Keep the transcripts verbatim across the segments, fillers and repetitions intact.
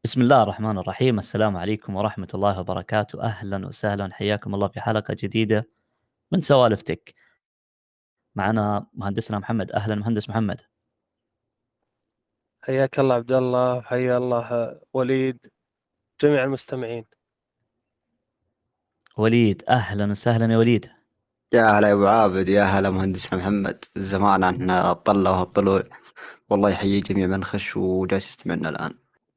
بسم الله الرحمن الرحيم، السلام عليكم ورحمة الله وبركاته، أهلا وسهلا، حياكم الله في حلقة جديدة من سوالف تك. معنا مهندسنا محمد. أهلا مهندس محمد. حياك الله عبد الله، حيا الله وليد، جميع المستمعين. وليد، أهلا وسهلا يا وليد. يا هلا يا ابو عابد، يا هلا مهندسنا محمد. زمان عن الطلة وهالطلوع. والله يحيي جميع من خش وجالس يستمعنا الآن.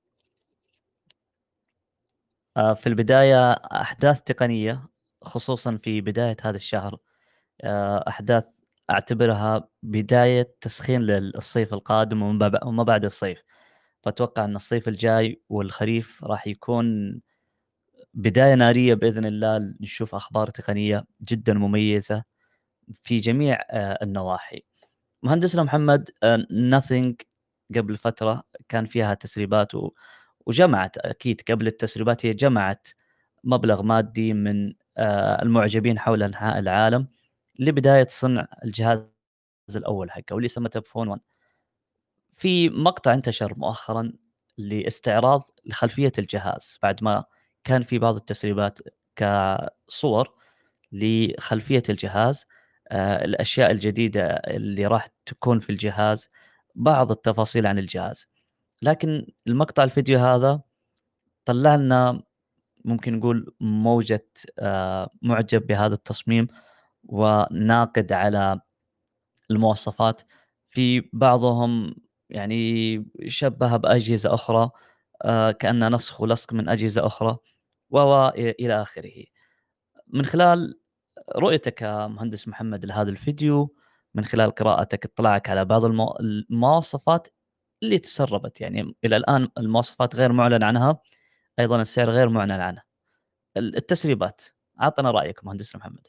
آه، في البداية أحداث تقنية، خصوصا في بداية هذا الشهر. آه، أحداث أعتبرها بداية تسخين للصيف القادم وما ب- وما بعد الصيف. فأتوقع أن الصيف الجاي والخريف راح يكون بداية نارية بإذن الله. نشوف أخبار تقنية جدا مميزة في جميع آه، النواحي. مهندسنا محمد، آه، nothing قبل فترة كان فيها تسريبات و... وجمعت، أكيد قبل التسريبات هي جمعت مبلغ مادي من آه، المعجبين حول أنحاء العالم لبداية صنع الجهاز الأول حقه واللي سمته بفون واحد. في مقطع انتشر مؤخرا لاستعراض لخلفية الجهاز بعد ما كان في بعض التسريبات كصور لخلفية الجهاز، آه، الأشياء الجديدة اللي راح تكون في الجهاز، بعض التفاصيل عن الجهاز. لكن المقطع الفيديو هذا طلع لنا، ممكن نقول، موجة آه، معجب بهذا التصميم وناقد على المواصفات. في بعضهم يعني شبه بأجهزة أخرى، آه، كأنها نسخ ولصق من أجهزة أخرى و إلى آخره. من خلال رؤيتك يا مهندس محمد لهذا الفيديو، من خلال قراءتك اطلاعك على بعض المو... المواصفات اللي تسربت، يعني إلى الآن المواصفات غير معلن عنها، أيضا السعر غير معلن عنه، التسريبات، أعطنا رأيك مهندسنا محمد.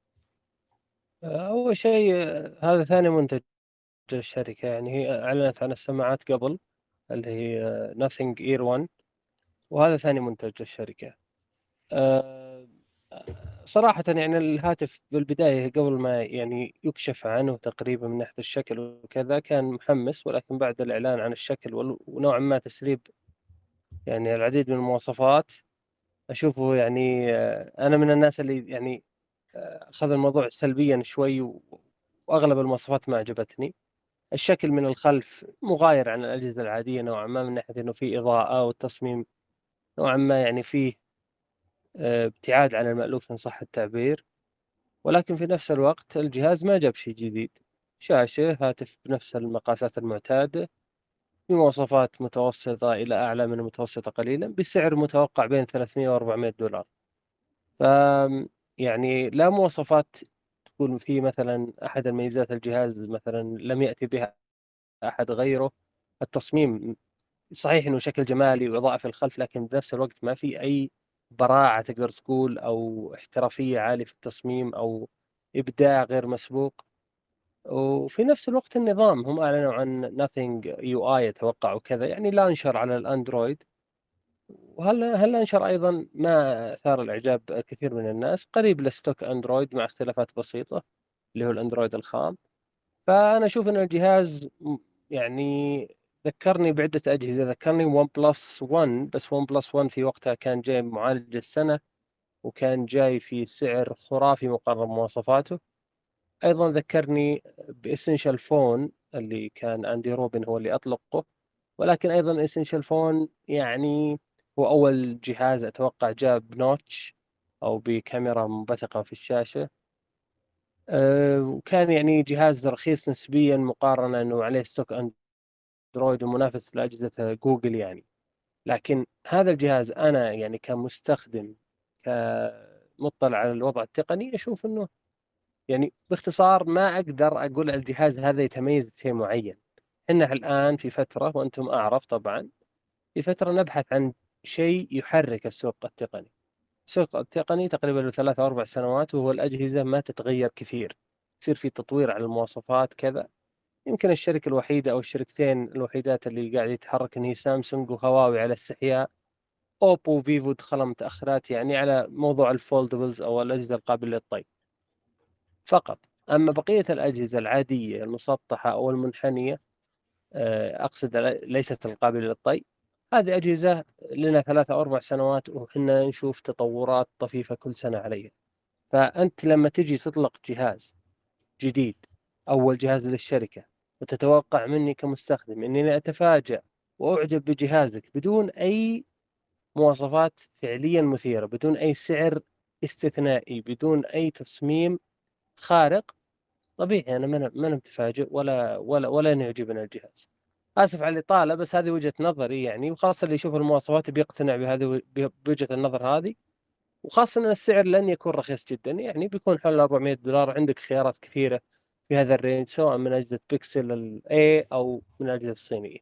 أول شيء، هذا ثاني منتج الشركة، يعني هي أعلنت عن السماعات قبل، اللي هي Nothing Ear One، وهذا ثاني منتج للشركة. أه، صراحة يعني الهاتف بالبداية قبل ما يعني يكشف عنه تقريبا من ناحية الشكل وكذا كان محمس، ولكن بعد الإعلان عن الشكل وال- ونوعا ما تسريب يعني العديد من المواصفات، أشوفه يعني آه، أنا من الناس اللي يعني أخذ الموضوع سلبيا شوي، و- وأغلب المواصفات ما عجبتني. الشكل من الخلف مغاير عن الأجهزة العادية نوعا ما، من ناحية إنه فيه إضاءة، والتصميم نوعا ما يعني فيه آه، ابتعاد عن المألوف إن صح التعبير. ولكن في نفس الوقت الجهاز ما جاب شيء جديد، شاشة هاتف بنفس المقاسات المعتادة، بمواصفات متوسطة إلى أعلى من المتوسطة قليلا، بسعر متوقع بين ثلاثمئة و أربعمئة دولار. ف يعني لا مواصفات تكون في مثلا أحد الميزات الجهاز مثلا لم يأتي بها أحد غيره. التصميم صحيح إنه شكل جمالي وإضاءة في الخلف، لكن بنفس الوقت ما في أي براعة تقدر تقول، أو احترافية عالية في التصميم، أو إبداع غير مسبوق. وفي نفس الوقت النظام هم أعلنوا عن Nothing يو آي أتوقع وكذا، يعني لا انشر على الأندرويد. وهل هل انشر ايضا ما اثار الاعجاب كثير من الناس، قريب لستوك اندرويد مع اختلافات بسيطه، اللي هو الاندرويد الخام. فانا اشوف ان الجهاز م- يعني ذكرني بعده اجهزه، ذكرني ون بلس ون، بس ون بلس ون في وقتها كان جاي معالج السنه، وكان جاي في سعر خرافي مقارنه بمواصفاته. ايضا ذكرني باسنشال فون اللي كان اندي روبن هو اللي اطلقه. ولكن ايضا اسنشال فون يعني هو اول جهاز اتوقع جاء بنوتش او بكاميرا منبثقه في الشاشه. أه، وكان يعني جهاز رخيص نسبيا مقارنه انه عليه ستوك اندرويد ومنافس لاجهزه جوجل يعني. لكن هذا الجهاز انا يعني كمستخدم، كمطلع على الوضع التقني، اشوف انه يعني باختصار ما اقدر اقول الجهاز هذا يتميز بشيء معين. احنا الان في فتره، وانتم اعرف طبعا، في فترة نبحث عن شيء يحرك السوق التقني. السوق التقني تقريبا له ثلاث أو أربع سنوات، وهو الأجهزة ما تتغير كثير، يصير في تطوير على المواصفات كذا. يمكن الشركة الوحيدة أو الشركتين الوحيدات اللي قاعد يتحرك هي سامسونج وهواوي على استحياء. أوبو وفيفو دخلوا متأخرات يعني على موضوع الفولدبلز أو الأجهزة القابلة للطي فقط. أما بقية الأجهزة العادية المسطحة أو المنحنية، آه، أقصد ليست القابلة للطي، هذه أجهزة لنا ثلاثة أو أربع سنوات وإحنا نشوف تطورات طفيفة كل سنة عليها. فأنت لما تجي تطلق جهاز جديد، أول جهاز للشركة، وتتوقع مني كمستخدم إني أتفاجأ وأعجب بجهازك بدون أي مواصفات فعليا مثيرة، بدون أي سعر استثنائي، بدون أي تصميم خارق، طبيعي أنا ما ما أنا متفاجئ ولا ولا ولا إنه يعجبنا الجهاز. آسف على الإطالة بس هذه وجهة نظري يعني، وخاصة اللي يشوف المواصفات بيقتنع بهذه بوجهة النظر هذه، وخاصة أن السعر لن يكون رخيص جدا، يعني بيكون حول أربعمائة دولار. عندك خيارات كثيرة في هذا الرينج سواء من أجهزة بيكسل ال A أو من الأجهزة الصينية.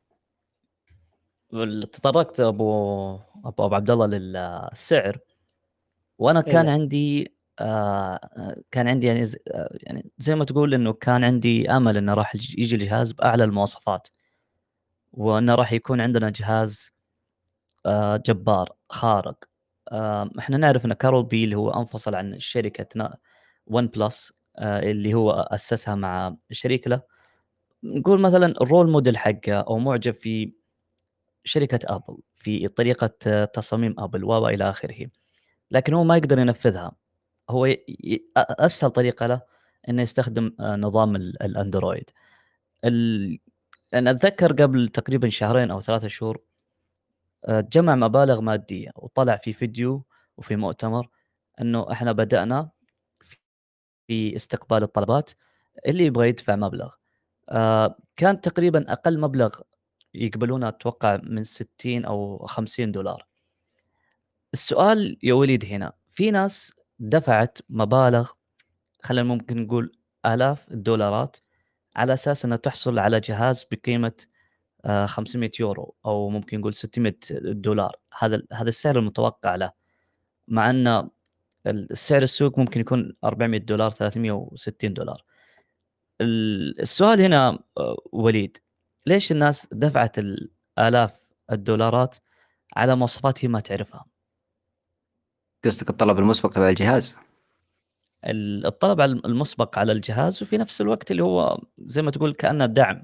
تطرقت ابو ابو ابو عبد الله للسعر، وانا أي كان نعم. عندي آه كان عندي يعني ز- آه يعني زي ما تقول انه كان عندي امل انه راح يجي يجي جهاز باعلى المواصفات، وانه راح يكون عندنا جهاز آه جبار خارق. آه احنا نعرف ان كارول بي اللي هو انفصل عن شركة ون بلس، آه اللي هو اسسها مع شريك له، نقول مثلا الرول موديل حقه او معجب في شركة ابل في طريقة آه، تصاميم ابل و الى اخره، لكن هو ما يقدر ينفذها. هو ي... ي... اسهل طريقة له انه يستخدم آه، نظام ال- الاندرويد. ال... انا اتذكر قبل تقريبا شهرين او ثلاثة شهور آه، جمع مبالغ مادية وطلع في فيديو وفي مؤتمر انه احنا بدأنا في استقبال الطلبات، اللي يبغى يدفع مبلغ. آه، كان تقريبا اقل مبلغ يقبلونه اتوقع من ستين او خمسين دولار. السؤال يا وليد هنا، في ناس دفعت مبالغ، خلينا ممكن نقول آلاف الدولارات، على اساس انها تحصل على جهاز بقيمة آه، خمسمائة يورو او ممكن نقول ستمائة دولار. هذا هذا السعر المتوقع له، مع ان السعر السوق ممكن يكون أربعمائة دولار ثلاثمائة وستين دولار. ال- السؤال هنا آه، وليد، ليش الناس دفعت الآلاف الدولارات على مواصفات هي ما تعرفها؟ قصدك الطلب المسبق تبع الجهاز؟ ال- الطلب على المسبق على الجهاز، وفي نفس الوقت اللي هو زي ما تقول كأنه دعم.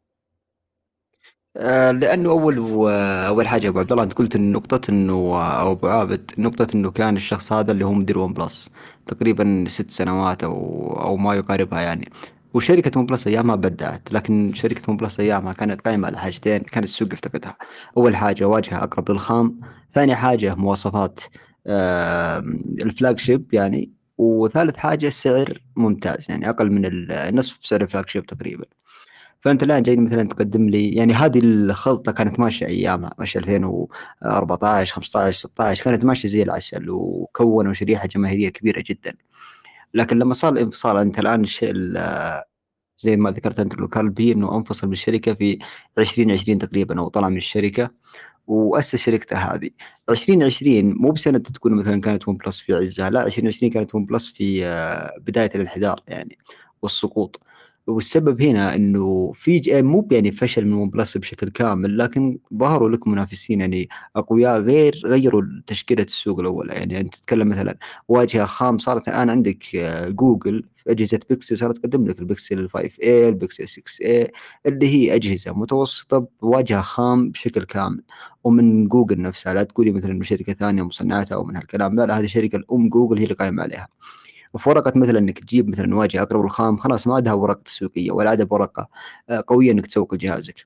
آه، لانه اول و- اول حاجه ابو عبد الله انت قلت إن نقطه انه او ابو عابد نقطه انه كان الشخص هذا اللي هو مدير ون بلس تقريبا ست سنوات او او ما يقاربها يعني. وشركة ون بلس أيامها بدعت، لكن شركة ون بلس أيامها كانت قائمة على حاجتين كان السوق يفتقدها. أول حاجة واجهة أقرب للخام، ثاني حاجة مواصفات آه الفلاج شيب يعني، وثالث حاجة سعر ممتاز يعني أقل من ال- نصف سعر الفلاج شيب تقريبا. فانت الان جاي مثلا تقدم لي يعني هذه الخلطه كانت ماشيه ايامها ماشيه ألفين وأربعطعش خمسطعش ستطعش، كانت ماشيه زي العسل وكونوا شريحه جماهيريه كبيره جدا. لكن لما صار الانفصال انت الان الشيء ال- زي ما ذكرت انت لوكال بي انه انفصل من الشركه في عشرين عشرين تقريبا او طلع من الشركه واسس شركته هذه. عشرين عشرين مو بسنه تكون مثلا كانت ون بلس في عزها، لا عشرين عشرين كانت ون بلس في آه، بدايه الانحدار يعني والسقوط. والسبب هنا انه في ج- مو يعني فشل من ون بلس بشكل كامل، لكن ظهروا لك منافسين يعني اقوياء غير غيروا تشكيله السوق الاول. يعني انت تتكلم مثلا واجهه خام، صارت الان عندك آه، جوجل في اجهزه بيكسل صارت تقدم لك البيكسل خمسة اي البيكسل ستة اي اللي هي اجهزه متوسطه بواجهه خام بشكل كامل. ومن جوجل نفسها، لا تقولي مثلا انه شركه ثانيه مصنعتها او من هالكلام، لا لا هذه الشركه الام جوجل هي اللي قايمه عليها. وفرقت مثلا انك تجيب مثلا واجهه اقرب للخام، خلاص ما عندها ورقه تسويقيه ولا عندها ورقه آه، قويه انك تسوق لجهازك.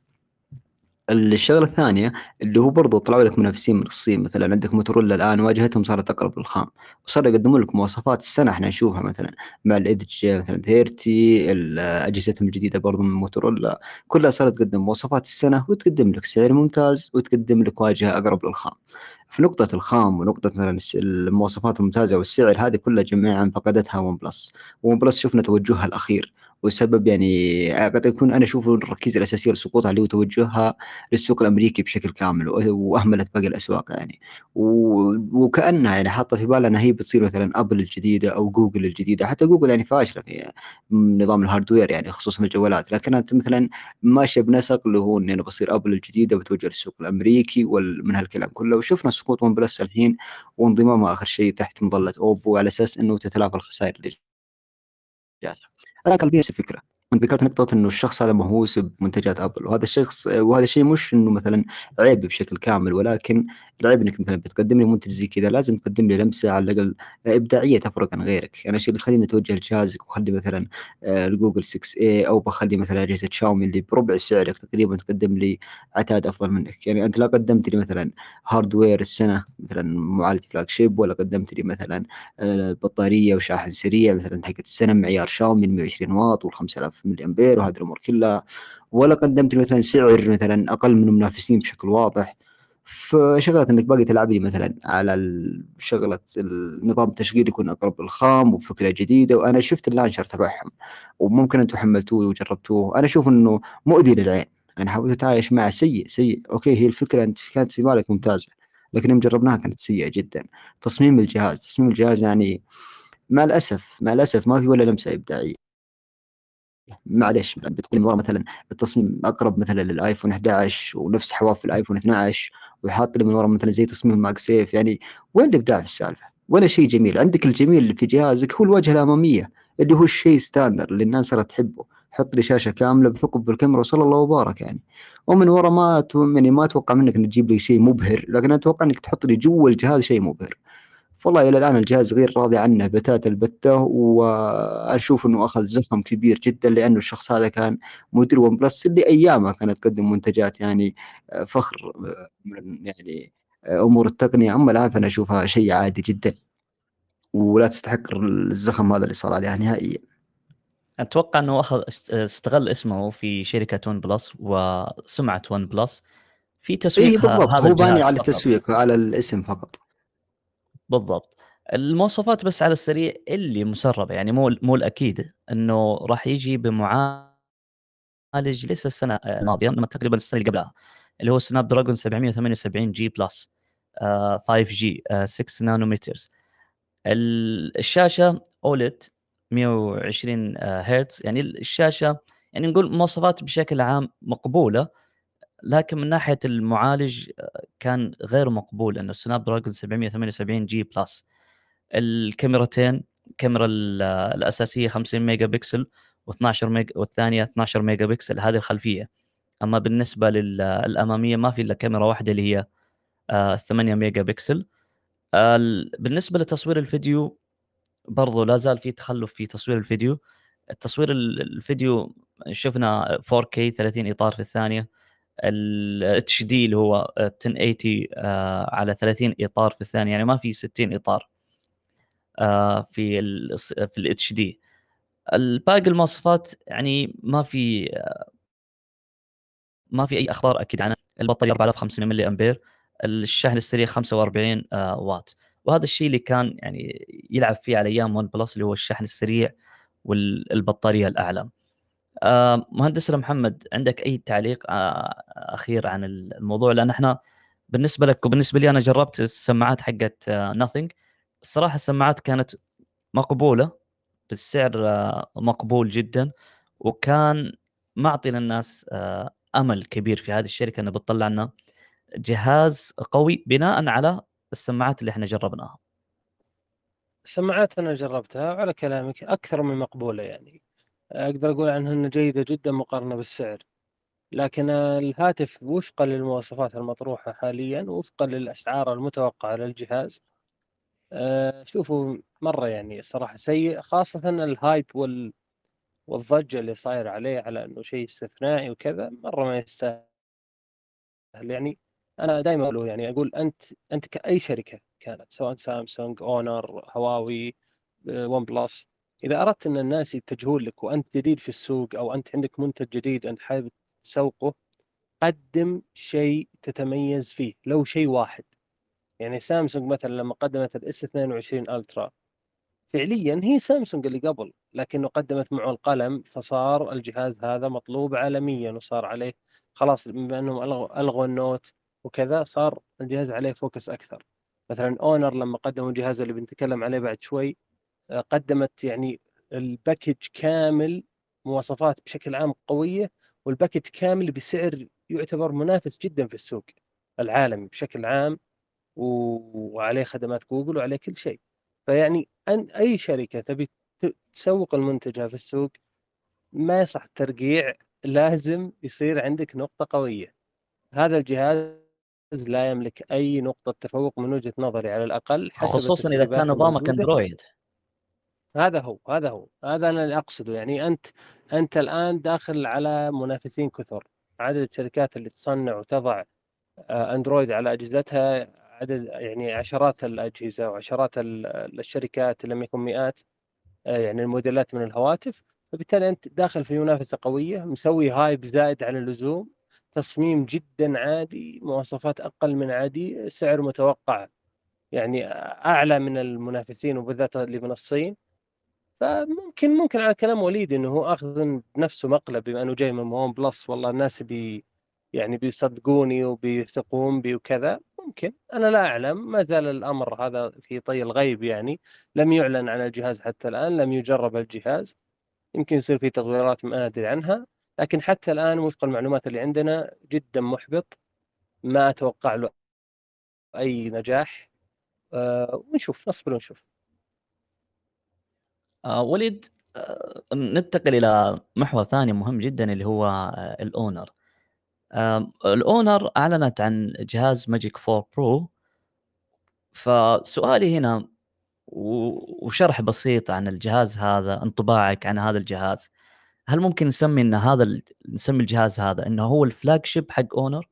الشغله الثانيه اللي هو برضو طلعوا لك منافسين من الصين، مثلا عندك موتورولا الان واجهتهم صارت اقرب للخام، وصاروا يقدمون لك مواصفات السنه احنا نشوفها مثلا مع الايدج مثلا ثلاثين، ال- اجهزتهم الجديده برضو من موتورولا كلها صارت تقدم مواصفات السنه وتقدم لك سعر ممتاز وتقدم لك واجهه اقرب للخام. في نقطة الخام ونقطة مثلا الس- المواصفات الممتازة والسعر هذه كلها جميعا فقدتها ون بلس. ون بلس شفنا توجهها الأخير والسبب يعني قد يكون أنا أشوف الركيزة الأساسية لسقوطها اللي هو توجهها للسوق الأمريكي بشكل كامل و- وأهملت باقي الأسواق يعني. و- وكأنها يعني حاطة في بالها أنها هي بتصير مثلا أبل الجديدة أو جوجل الجديدة. حتى جوجل يعني فاشلة في نظام الهاردوير يعني خصوصا الجوالات، لكن أنت مثلا ماشية بنسق اللي هو إن أنا بصير أبل الجديدة بتوجه للسوق الأمريكي ومن هالكلام كله. وشفنا سقوط ون بلس الحين وانضمامها آخر شيء تحت مظلة أوبو على أساس إنه تتلافى الخسائر اللي جاتها. أنا قلبي نفس الفكرة، انت ذكرت نقطة إنه الشخص هذا مهووس بمنتجات أبل، وهذا الشخص وهذا الشيء مش إنه مثلا عيب بشكل كامل، ولكن العيب إنك مثلا بتقدم لي منتج زي كذا لازم تقدم لي لمسة على الأقل إبداعية تفرق عن غيرك. يعني الشيء اللي يخليني أتوجه لجهازك وخلي مثلا آه، الجوجل ستة إيه، أو بخلي مثلا أجهزة شاومي اللي بربع سعرك تقريبا تقدم لي عتاد أفضل منك. يعني أنت لا قدمت لي مثلا هاردوير السنة مثلا معالج فلاج شيب، ولا قدمت لي مثلا آه، بطارية وشاحن سريع مثلا حقت السنة معيار شاومي مئة وعشرين واط وال5000 ملي أمبير وهذه الأمور كلها، ولا قدمت لي مثلا سعر مثلا أقل من المنافسين بشكل واضح. فشغلة إنك باقي تلعب لي مثلا على ال- شغلة النظام التشغيل يكون أقرب للخام وبفكرة جديدة، وأنا شفت اللانشر تبعهم وممكن أنتم حملتوه وجربتوه، أنا أشوف إنه مؤذي للعين. أنا حاولت أتعايش معه، سيء سيء. أوكي، هي الفكرة أنت كانت في بالك ممتازة، لكن يوم جربناها كانت سيئة جدا. تصميم الجهاز تصميم الجهاز يعني مع الأسف مع الأسف ما في ولا لمسة إبداعية. معلش مثلا بتقول من ورا مثلا التصميم اقرب مثلا للايفون احد عشر ونفس حواف الايفون اثني عشر، ويحط لي من ورا مثلا زي تصميم ماك سيف. يعني وين الابداع في السالفه؟ ولا شيء جميل. عندك الجميل في جهازك هو الواجهه الاماميه اللي هو الشيء ستاندر اللي الناس صارت تحبه. حط لي شاشه كامله بثقب بالكاميرا وصلى الله وبارك يعني. ومن ورا ما تو- يعني ما اتوقع منك انك تجيب لي شيء مبهر، لكن اتوقع انك تحط لي جوا الجهاز شيء مبهر. والله إلى الآن الجهاز غير راضي عنه بتاتا البتة، وأشوف إنه أخذ زخم كبير جدا، لأنه الشخص هذا كان مدير ون بلس اللي أيامها كانت تقدم منتجات يعني آه، فخر آه، من يعني آه، أمور التقنية. أما الآن فأنا أشوفها شيء عادي جدا، ولا تستحق الزخم هذا اللي صار عليها نهائيا. اتوقع انه اخذ است- استغل اسمه في شركه ون بلس وسمعه ون بلس في إيه تسويق ه- بالضبط، هذا هو باني الجهاز على فقط. التسويق على الاسم فقط. بالضبط. المواصفات بس على السريع اللي مسربه، يعني مو مو الاكيد انه راح يجي بمعالج لسه السنه الماضيه، انما تقريبا السنه اللي قبلها، اللي هو سناب دراجون سبعمئة وثمانية وسبعين جي بلس، آه، خمسة جي، آه، ستة نانومترز. ال- الشاشه اوليد مئة وعشرين آه، هرتز. يعني الشاشه يعني نقول مواصفات بشكل عام مقبوله، لكن من ناحيه المعالج آه، كان غير مقبول، انه سناب دراجون سبعمئة وثمانية وسبعين جي بلس. الكاميرتين، الكاميرا ال- الاساسيه خمسين ميجا بكسل و12 ميجا، والثانيه اثناشر ميجا بكسل، هذه الخلفيه. اما بالنسبه للاماميه ما في الا كاميرا واحده اللي هي آه، ثمانية ميجا بكسل. آه، ال- بالنسبه لتصوير الفيديو برضو لا زال في تخلف في تصوير الفيديو. التصوير ال- الفيديو شفنا فور كيه ثلاثين اطار في الثانيه، ال اتش دي اللي هو ألف وثمانين آه، على ثلاثين اطار في الثانيه، يعني ما في ستين اطار آه، في ال في الاتش دي. الباقي المواصفات يعني ما في ما في اي اخبار اكيد عنها. البطاريه أربعة آلاف وخمسمئة ملي امبير، الشحن السريع خمسة وأربعين آه، واط. وهذا الشيء اللي كان يعني يلعب فيه على ايام ون بلس، اللي هو الشحن السريع والبطاريه الاعلى. آه، مهندسنا محمد، عندك اي تعليق آه، اخير عن الموضوع؟ لان احنا بالنسبه لك وبالنسبه لي انا جربت السماعات حقت ناثينج. الصراحه السماعات كانت مقبوله بالسعر، آه، مقبول جدا، وكان معطي للناس آه، امل كبير في هذه الشركه انها بتطلع لنا جهاز قوي بناء على السماعات اللي احنا جربناها. السماعات أنا جربتها وعلى كلامك أكثر من مقبولة، يعني أقدر أقول عنها أنها جيدة جدا مقارنة بالسعر. لكن الهاتف وفقا للمواصفات المطروحة حاليا وفقا للأسعار المتوقعة للجهاز، آه، شوفوا مرة يعني صراحة سيء، خاصة الهايب وال والضجة اللي صاير عليه على أنه شيء استثنائي وكذا، مرة ما يستاهل. يعني أنا دائما أقول يعني أقول أنت أنت كأي شركة كانت، سواء سامسونج، أونر، هواوي، آه، ون بلس، إذا أردت أن الناس يتجهون لك وأنت جديد في السوق، أو أنت عندك منتج جديد أنت حابب تسوقه، قدم شيء تتميز فيه، لو شيء واحد. يعني سامسونج مثلا لما قدمت الاس اثنين وعشرين الترا، فعليا هي سامسونج اللي قبل، لكنه قدمت معه القلم، فصار الجهاز هذا مطلوب عالميا، وصار عليه خلاص بما انهم الغوا الغوا النوت وكذا، صار الجهاز عليه فوكس اكثر. مثلا اونر لما قدموا الجهاز اللي بنتكلم عليه بعد شوي، آه، قدمت يعني الباكج كامل، مواصفات بشكل عام قوية، والباكج كامل بسعر يعتبر منافس جدا في السوق العالمي بشكل عام، و- وعليه خدمات جوجل وعليه كل شيء. فيعني أن أي شركة تبي ت- تسوق المنتجها في السوق، ما يصح الترقيع، لازم يصير عندك نقطة قوية. هذا الجهاز لا يملك أي نقطة تفوق من وجهة نظري على الأقل حسب خصوصا اذا كان التسريبات نظامك الموجودة. اندرويد. هذا هو هذا هو هذا أنا اللي أقصده. يعني أنت أنت الآن داخل على منافسين كثر. عدد الشركات اللي تصنع وتضع آه، أندرويد على أجهزتها عدد، يعني عشرات الأجهزة وعشرات ال- الشركات، لم يكن مئات، آه، يعني الموديلات من الهواتف. فبالتالي أنت داخل في منافسة قوية، مسوي هايب زائد عن اللزوم، تصميم جدا عادي، مواصفات أقل من عادي، سعر متوقع يعني أعلى من المنافسين وبالذات اللي من الصين. فممكن ممكن على كلام وليد انه هو اخذ نفسه مقلب بما انه جاي من ون بلس، والله الناس بي يعني بيصدقوني وبيثقون بي وكذا. ممكن، انا لا اعلم، ما زال الامر هذا في طي الغيب. يعني لم يعلن عن الجهاز حتى الان، لم يجرب الجهاز، يمكن يصير في تطويرات ما ادري عنها. لكن حتى الان وفق المعلومات اللي عندنا جدا محبط، ما اتوقع له اي نجاح. أه ونشوف، نصبر ونشوف. آه وليد، آه ننتقل الى محور ثاني مهم جدا اللي هو آه الاونر. آه الاونر اعلنت عن جهاز ماجيك فور برو. فسؤالي هنا و- وشرح بسيط عن الجهاز هذا، انطباعك عن هذا الجهاز. هل ممكن نسمي ان هذا ال... نسمي الجهاز هذا انه هو الفلاج شيب حق اونر؟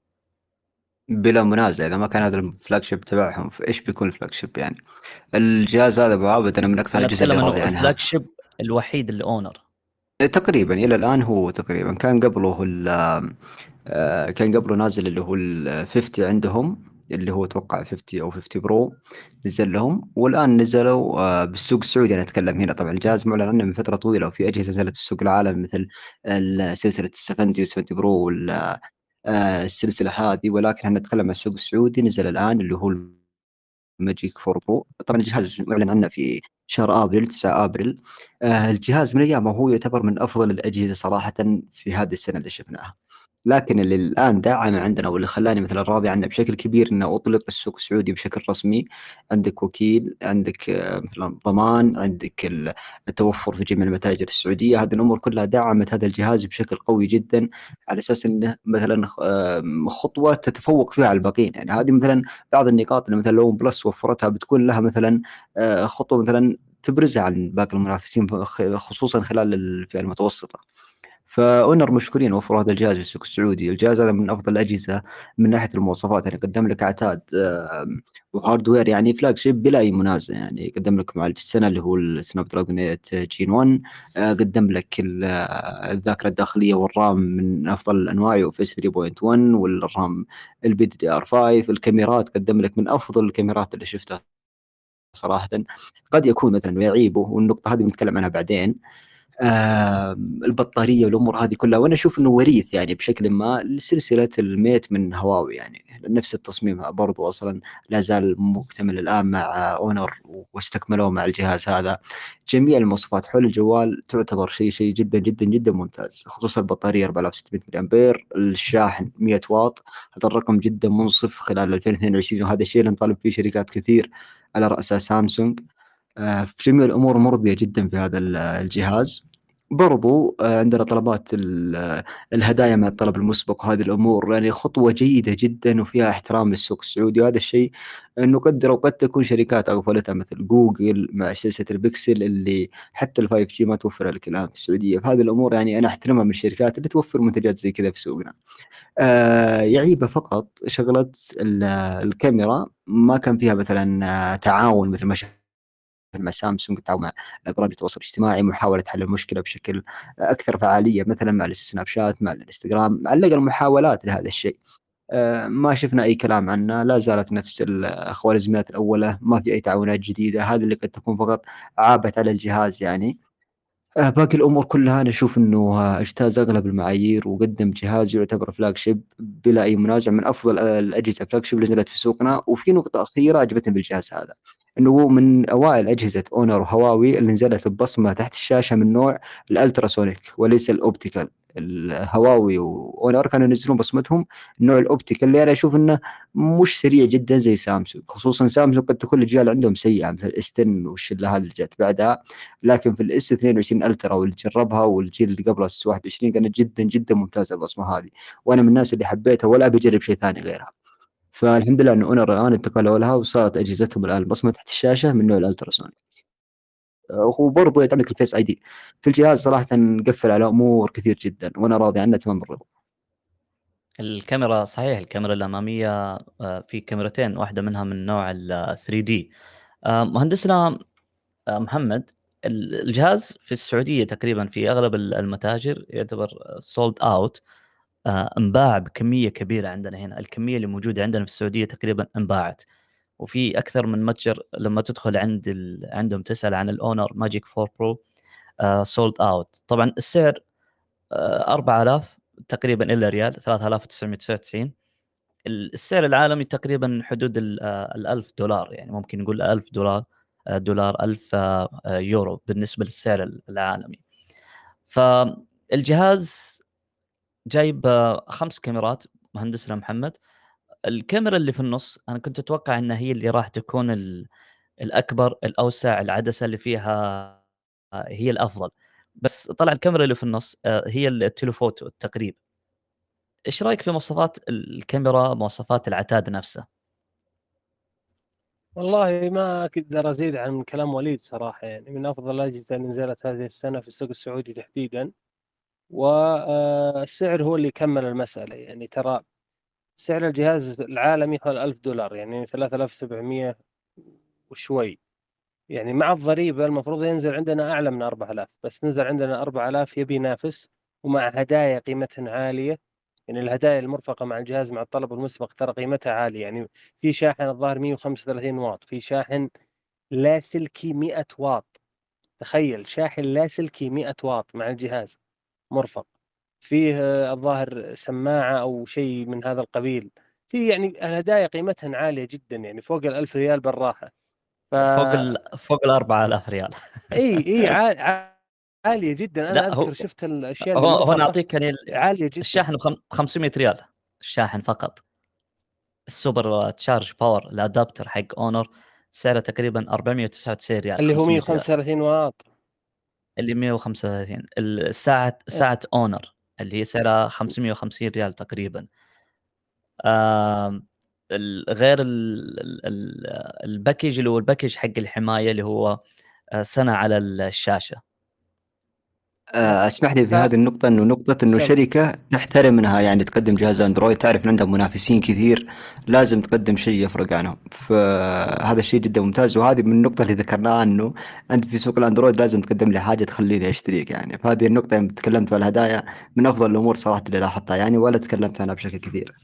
بلا منازع، إذا ما كان هذا الفلاج شيب تبعهم فإيش بيكون الفلاج شيب يعني؟ الجهاز هذا أبو عابد أنا من أكثر انا الأجهزة اللي اتكلم راضي انه عنها. الفلاج شيب الوحيد الاونر. تقريبا إلى الآن هو تقريبا كان قبله ال آه، كان قبله نازل اللي هو ال خمسين عندهم، اللي هو اتوقع خمسين او خمسين برو نزل لهم، والان نزلوا آه، بالسوق السعودي. انا اتكلم هنا، طبعا الجهاز معلن عنه من فتره طويله، وفي اجهزه نزلت في السوق العالمي مثل ال- سلسله السفنتي والسفنتي برو وال- آه، السلسله هذه، ولكن احنا نتكلم عن السوق السعودي. نزل الان اللي هو الماجيك فور برو. طبعا الجهاز معلن عنه في شهر ابريل، تسعة ابريل. آه، الجهاز من ايامه هو يعتبر من افضل الاجهزه صراحه في هذه السنه اللي شفناها. لكن اللي الآن دعم عندنا واللي خلاني مثلا راضي عنه بشكل كبير إنه أطلق السوق السعودي بشكل رسمي. عندك وكيل، عندك آه، مثلا ضمان، عندك ال- التوفر في جميع المتاجر السعودية. هذه الأمور كلها دعمت هذا الجهاز بشكل قوي جدا، على أساس إنه مثلا آه، خطوة تتفوق فيها على الباقيين. يعني هذه مثلا بعض النقاط اللي مثلا لو ون بلس وفرتها بتكون لها مثلا آه، خطوة مثلا تبرزها عن باقي المنافسين، خصوصا خلال الفئة المتوسطة. فاونر مشكورين وفروا هذا الجهاز في السوق السعودي. الجهاز هذا من افضل الاجهزه من ناحيه المواصفات، يعني قدم لك عتاد آم، وهاردوير يعني فلاج شيب بلا اي منازع. يعني قدم لك معالج السنه اللي هو السناب دراجون ثمانية جين واحد. آه، قدم لك ال- آه، الذاكره الداخليه والرام من افضل الانواع، يو اف اس ثري بوينت ون، والرام البي دي ار خمسة. الكاميرات قدم لك من افضل الكاميرات اللي شفتها صراحه. قد يكون مثلا يعيبه، والنقطه هذه بنتكلم عنها بعدين، آه البطاريه والامور هذه كلها. وانا اشوف انه وريث يعني بشكل ما لسلسله الميت من هواوي، يعني نفس التصميم برضو اصلا لا زال مكتمل الان مع اونر، واستكملوه مع الجهاز هذا. جميع المواصفات حول الجوال تعتبر شيء شيء جدا جدا جدا ممتاز، خصوصا البطاريه أربعة آلاف وستمئة ملي امبير، الشاحن مئة واط. هذا الرقم جدا منصف خلال ألفين واثنين وعشرين، وهذا الشيء اللي نطالب فيه شركات كثير على رأسها سامسونج. آه، في جميع الأمور مرضية جدا في هذا ال- الجهاز. برضو آه، عندنا طلبات ال- آه، الهدايا مع الطلب المسبق، وهذه الأمور يعني خطوة جيدة جدا وفيها احترام للسوق السعودي. وهذا الشيء نقدر، وقد تكون شركات أغفلتها مثل جوجل مع سلسلة البكسل اللي حتى الفايف جي ما توفر لك الآن في السعودية. فهذه الأمور يعني أنا أحترمها من الشركات اللي توفر منتجات زي كذا في سوقنا. آه يعيبه فقط شغلة ال- الكاميرا، ما كان فيها مثلا آه، تعاون مثل ما مع سامسونج، أو مع برامج التواصل الاجتماعي، محاولة حل المشكلة بشكل أكثر فعالية مثلا مع السناب شات، مع الانستغرام، على الأقل محاولات لهذا الشيء. آه، ما شفنا أي كلام عنه، لا زالت نفس الخوارزميات الأولى، ما في أي تعاونات جديدة. هذه اللي قد تكون فقط عابت على الجهاز يعني. آه، باقي الأمور كلها أنا أشوف أنه آه، اجتاز أغلب المعايير، وقدم جهاز يعتبر فلاج شيب بلا أي منازع، من أفضل آه، الأجهزة فلاج شيب اللي نزلت في سوقنا. وفي نقطة أخيرة عجبتني بالجهاز هذا، أنه هو من أوائل أجهزة أونر وهواوي اللي نزلت ببصمة تحت الشاشة من نوع الألتراسونيك وليس الأوبتيكال. الهواوي واونر كانوا ينزلون بصمتهم النوع الاوبتيك اللي انا اشوف انه مش سريع جدا زي سامسونج، خصوصا سامسونج قد تكون الاجيال عندهم سيئه مثل الاس عشرة والشله هذه اللي جت بعدها، لكن في الاس اثنين وعشرين الترا واللي جربها والجيل اللي قبله اس واحد وعشرين كانت جدا جدا ممتازه البصمه هذه، وانا من الناس اللي حبيتها ولا بجرب شيء ثاني غيرها. فالحمد لله ان اونر الان انتقلوا لها وصارت اجهزتهم الان بصمه تحت الشاشه من نوع الالتراسونيك. وبرضه عندك الفيس اي دي في الجهاز صراحه مقفل على امور كثير جدا وانا راضي عنه تمام الرضا. الكاميرا صحيح، الكاميرا الأمامية آه، في كاميرتين، واحدة منها من نوع ال ثري دي. آه، مهندسنا آه، محمد، ال- الجهاز في السعودية تقريبا في أغلب ال- المتاجر يعتبر سولد أوت، انباع بكمية كبيرة عندنا هنا. الكمية اللي موجودة عندنا في السعودية تقريبا انباعت، وفي أكثر من متجر لما تدخل عند ال... عندهم تسأل عن الأونر ماجيك فور برو سولد أوت. طبعا السعر آه، أربعة آلاف تقريبا إلا ريال، ثلاثة آلاف وتسعمائة وتسعة وتسعين. السعر العالمي تقريبا حدود ال آه، الألف دولار، يعني ممكن نقول ألف دولار، آه، دولار ألف آه، آه، يورو بالنسبة للسعر العالمي. فالجهاز جايب آه، خمس كاميرات مهندسنا محمد. الكاميرا اللي في النص أنا كنت أتوقع أنها هي اللي راح تكون ال- الأكبر، الأوسع، العدسة اللي فيها آه، هي الأفضل، بس طلع الكاميرا اللي في النص آه، هي التليفوتو التقريب. إيش رأيك في مواصفات الكاميرا، مواصفات العتاد نفسه؟ والله ما أقدر أزيد عن كلام وليد صراحة، يعني من أفضل الأجهزة اللي نزلت هذه السنة في السوق السعودي تحديدا. والسعر هو اللي كمل المسألة، يعني ترى سعر الجهاز العالمي حوالي ألف دولار، يعني ثلاثة آلاف وسبعمائة وشوي. يعني مع الضريبة المفروض ينزل عندنا أعلى من أربعة آلاف، بس نزل عندنا أربعة آلاف، يبي ينافس ومع هدايا قيمتها عالية. يعني الهدايا المرفقة مع الجهاز مع الطلب المسبق ترى قيمتها عالية، يعني في شاحن الظاهر مئة وخمسة وثلاثين واط، في شاحن لاسلكي مئة واط. تخيل شاحن لاسلكي مئة واط مع الجهاز مرفق، فيه آه، الظاهر سماعة أو شيء من هذا القبيل. في يعني الهدايا قيمتها عالية جدا، يعني فوق الألف ريال بالراحة. ف فوق ال فوق ال أربعة آلاف ريال. اي اي عا- عالية جدا. انا لا، اذكر هو شفت الاشياء اللي هو هو مرفقة نعطيك يعني ال- عالية جدا. الشاحن ب خمسمائة ريال، الشاحن فقط. السوبر تشارج باور الادابتر حق اونر سعره تقريبا أربعمائة وتسعة وتسعين ريال، اللي هو خمسمائة ريال. مئة وخمسة وثلاثين واط. اللي مائة وخمسة وثلاثين. الساعه إيه. ساعه اونر اللي هي سعرها خمسمائة وخمسين ريال تقريبا. آم، ال- غير ال- ال- ال- الباكج اللي هو الباكج حق الحمايه اللي هو آه، سنه على الشاشه. آه، اسمح لي ف في هذه النقطة انه نقطة انه سم شركة تحترم انها يعني تقدم جهاز اندرويد، تعرف ان عندهم منافسين كثير لازم تقدم شيء يفرق عنهم، فهذا الشيء جدا ممتاز. وهذه من النقطة اللي ذكرناها انه انت في سوق الاندرويد لازم تقدم لي حاجة تخليني اشتريك يعني. فهذه النقطة يوم تكلمت عن الهدايا من افضل الامور صراحة اللي لاحظتها يعني، ولا تكلمت عنها بشكل كثير.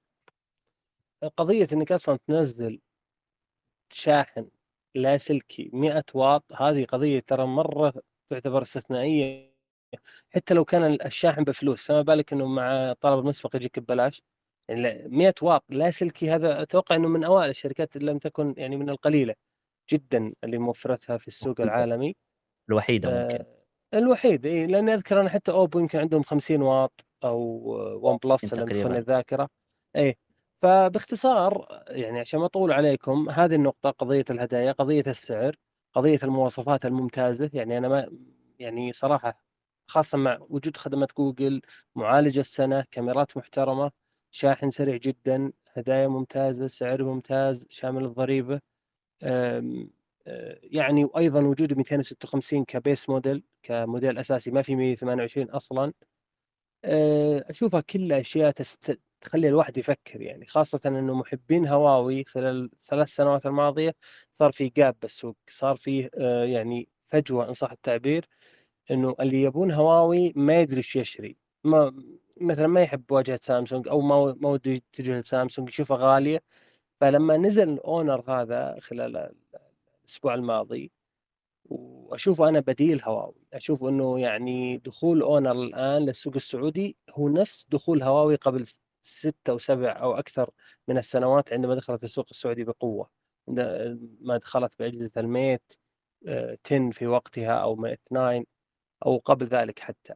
قضية انك اصلا تنزل شاحن لاسلكي مئة واط، هذه قضية ترى مرة تعتبر استثنائية. حتى لو كان الشاحن بفلوس، فما بالك انه مع طلب المسبق يجيك ببلاش. يعني مئة واط لاسلكي، هذا اتوقع انه من اوائل الشركات اللي لم تكن يعني من القليلة جدا اللي موفرتها في السوق العالمي. الوحيده ممكن. آه، الوحيد، اي لاني اذكر انا حتى اوبو يمكن عندهم خمسين واط، او ون بلس لم تخن تقريبا. الذاكره. اي. فباختصار يعني عشان ما اطول عليكم، هذه النقطه قضيه الهدايا، قضيه السعر، قضيه المواصفات الممتازه. يعني انا ما يعني صراحه، خاصه مع وجود خدمات جوجل، معالج السنه، كاميرات محترمه، شاحن سريع جدا، هدايا ممتازه، سعر ممتاز شامل الضريبه. أم، أه، يعني وايضا وجود مئتين وستة وخمسين كبيس موديل، كموديل اساسي، ما في مئة وثمانية وعشرين اصلا. أه، اشوفها كلها اشياء تست... تخلي الواحد يفكر، يعني خاصة انه محبين هواوي خلال الثلاث سنوات الماضية صار في جاب بالسوق، صار فيه أه، يعني فجوة ان صح التعبير، انه اللي يبون هواوي ما يدري ايش يشتري. ما مثلا ما يحب واجهة سامسونج، او ما ما وده يتجه لسامسونج، يشوفها غالية. فلما نزل الاونر هذا خلال الأسبوع الماضي، وأشوفه أنا بديل هواوي، أشوف أنه يعني دخول أونر الآن للسوق السعودي هو نفس دخول هواوي قبل ست أو سبع أو أكثر من السنوات، عندما دخلت السوق السعودي بقوة، ما دخلت بأجهزة الميت آه، عشرة في وقتها، أو ميت تسعة، أو قبل ذلك حتى.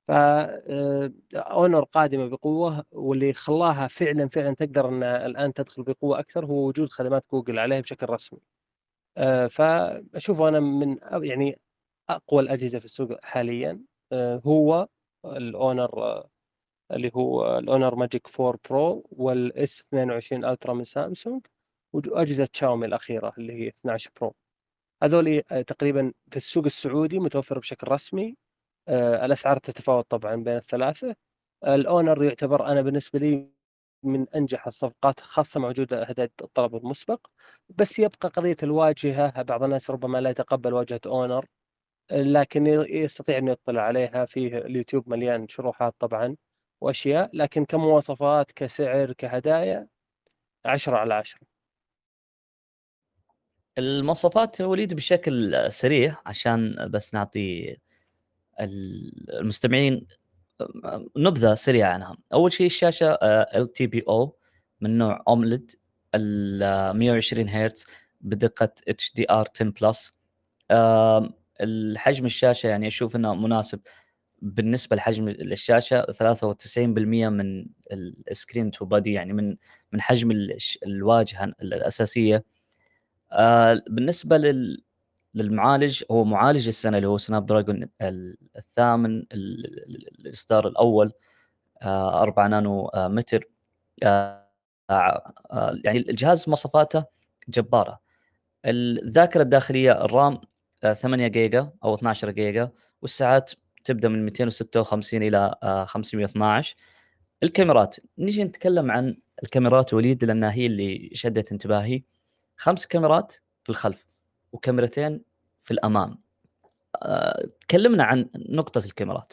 فأونر قادمة بقوة، واللي خلاها فعلا فعلا تقدر أن الآن تدخل بقوة أكثر هو وجود خدمات جوجل عليها بشكل رسمي. آه، فأشوفه أنا من أ- يعني أقوى الأجهزة في السوق حاليا. آه، هو الأونر، آه، اللي هو الأونر ماجيك فور برو والإس اثنين وعشرين ألترا من سامسونج، وأجهزة شاومي الأخيرة اللي هي اثنا عشر برو. هذول آه، تقريبا في السوق السعودي متوفر بشكل رسمي. آه، الأسعار تتفاوت طبعا بين الثلاثة. الأونر يعتبر أنا بالنسبة لي من أنجح الصفقات، خاصة مع وجود هدايا الطلب المسبق. بس يبقى قضية الواجهة، بعض الناس ربما لا يتقبل واجهة أونر، لكن يستطيع أن يطلع عليها. فيه اليوتيوب مليان شروحات طبعا وأشياء، لكن كمواصفات كسعر كهدايا عشرة على عشرة. المواصفات وليد بشكل سريع عشان بس نعطي المستمعين نبذة سريعة عنها. أول شيء الشاشة إل تي بي أو من نوع أومليد، ال مئة وعشرين هرتز بدقة إتش دي آر عشرة بلس. الحجم الشاشة يعني أشوف أنه مناسب بالنسبة لحجم الشاشة، ثلاثة وتسعين بالمئة من السكرين تو بادي، يعني من من حجم الواجهة الأساسية. بالنسبة لل للمعالج، هو معالج السنة اللي هو سناب دراجون الثامن الإصدار الأول، أربعة نانو متر. يعني الجهاز مواصفاته جبارة. الذاكرة الداخلية الرام ثمانية جيجا أو اثنا عشر جيجا، والساعات تبدأ من مئتين وستة وخمسين إلى خمسمئة واثني عشر. الكاميرات، نيجي نتكلم عن الكاميرات وليد لأنها هي اللي شدت انتباهي. خمس كاميرات في الخلف وكاميرتين في الأمام. أه، تكلمنا عن نقطة الكاميرات.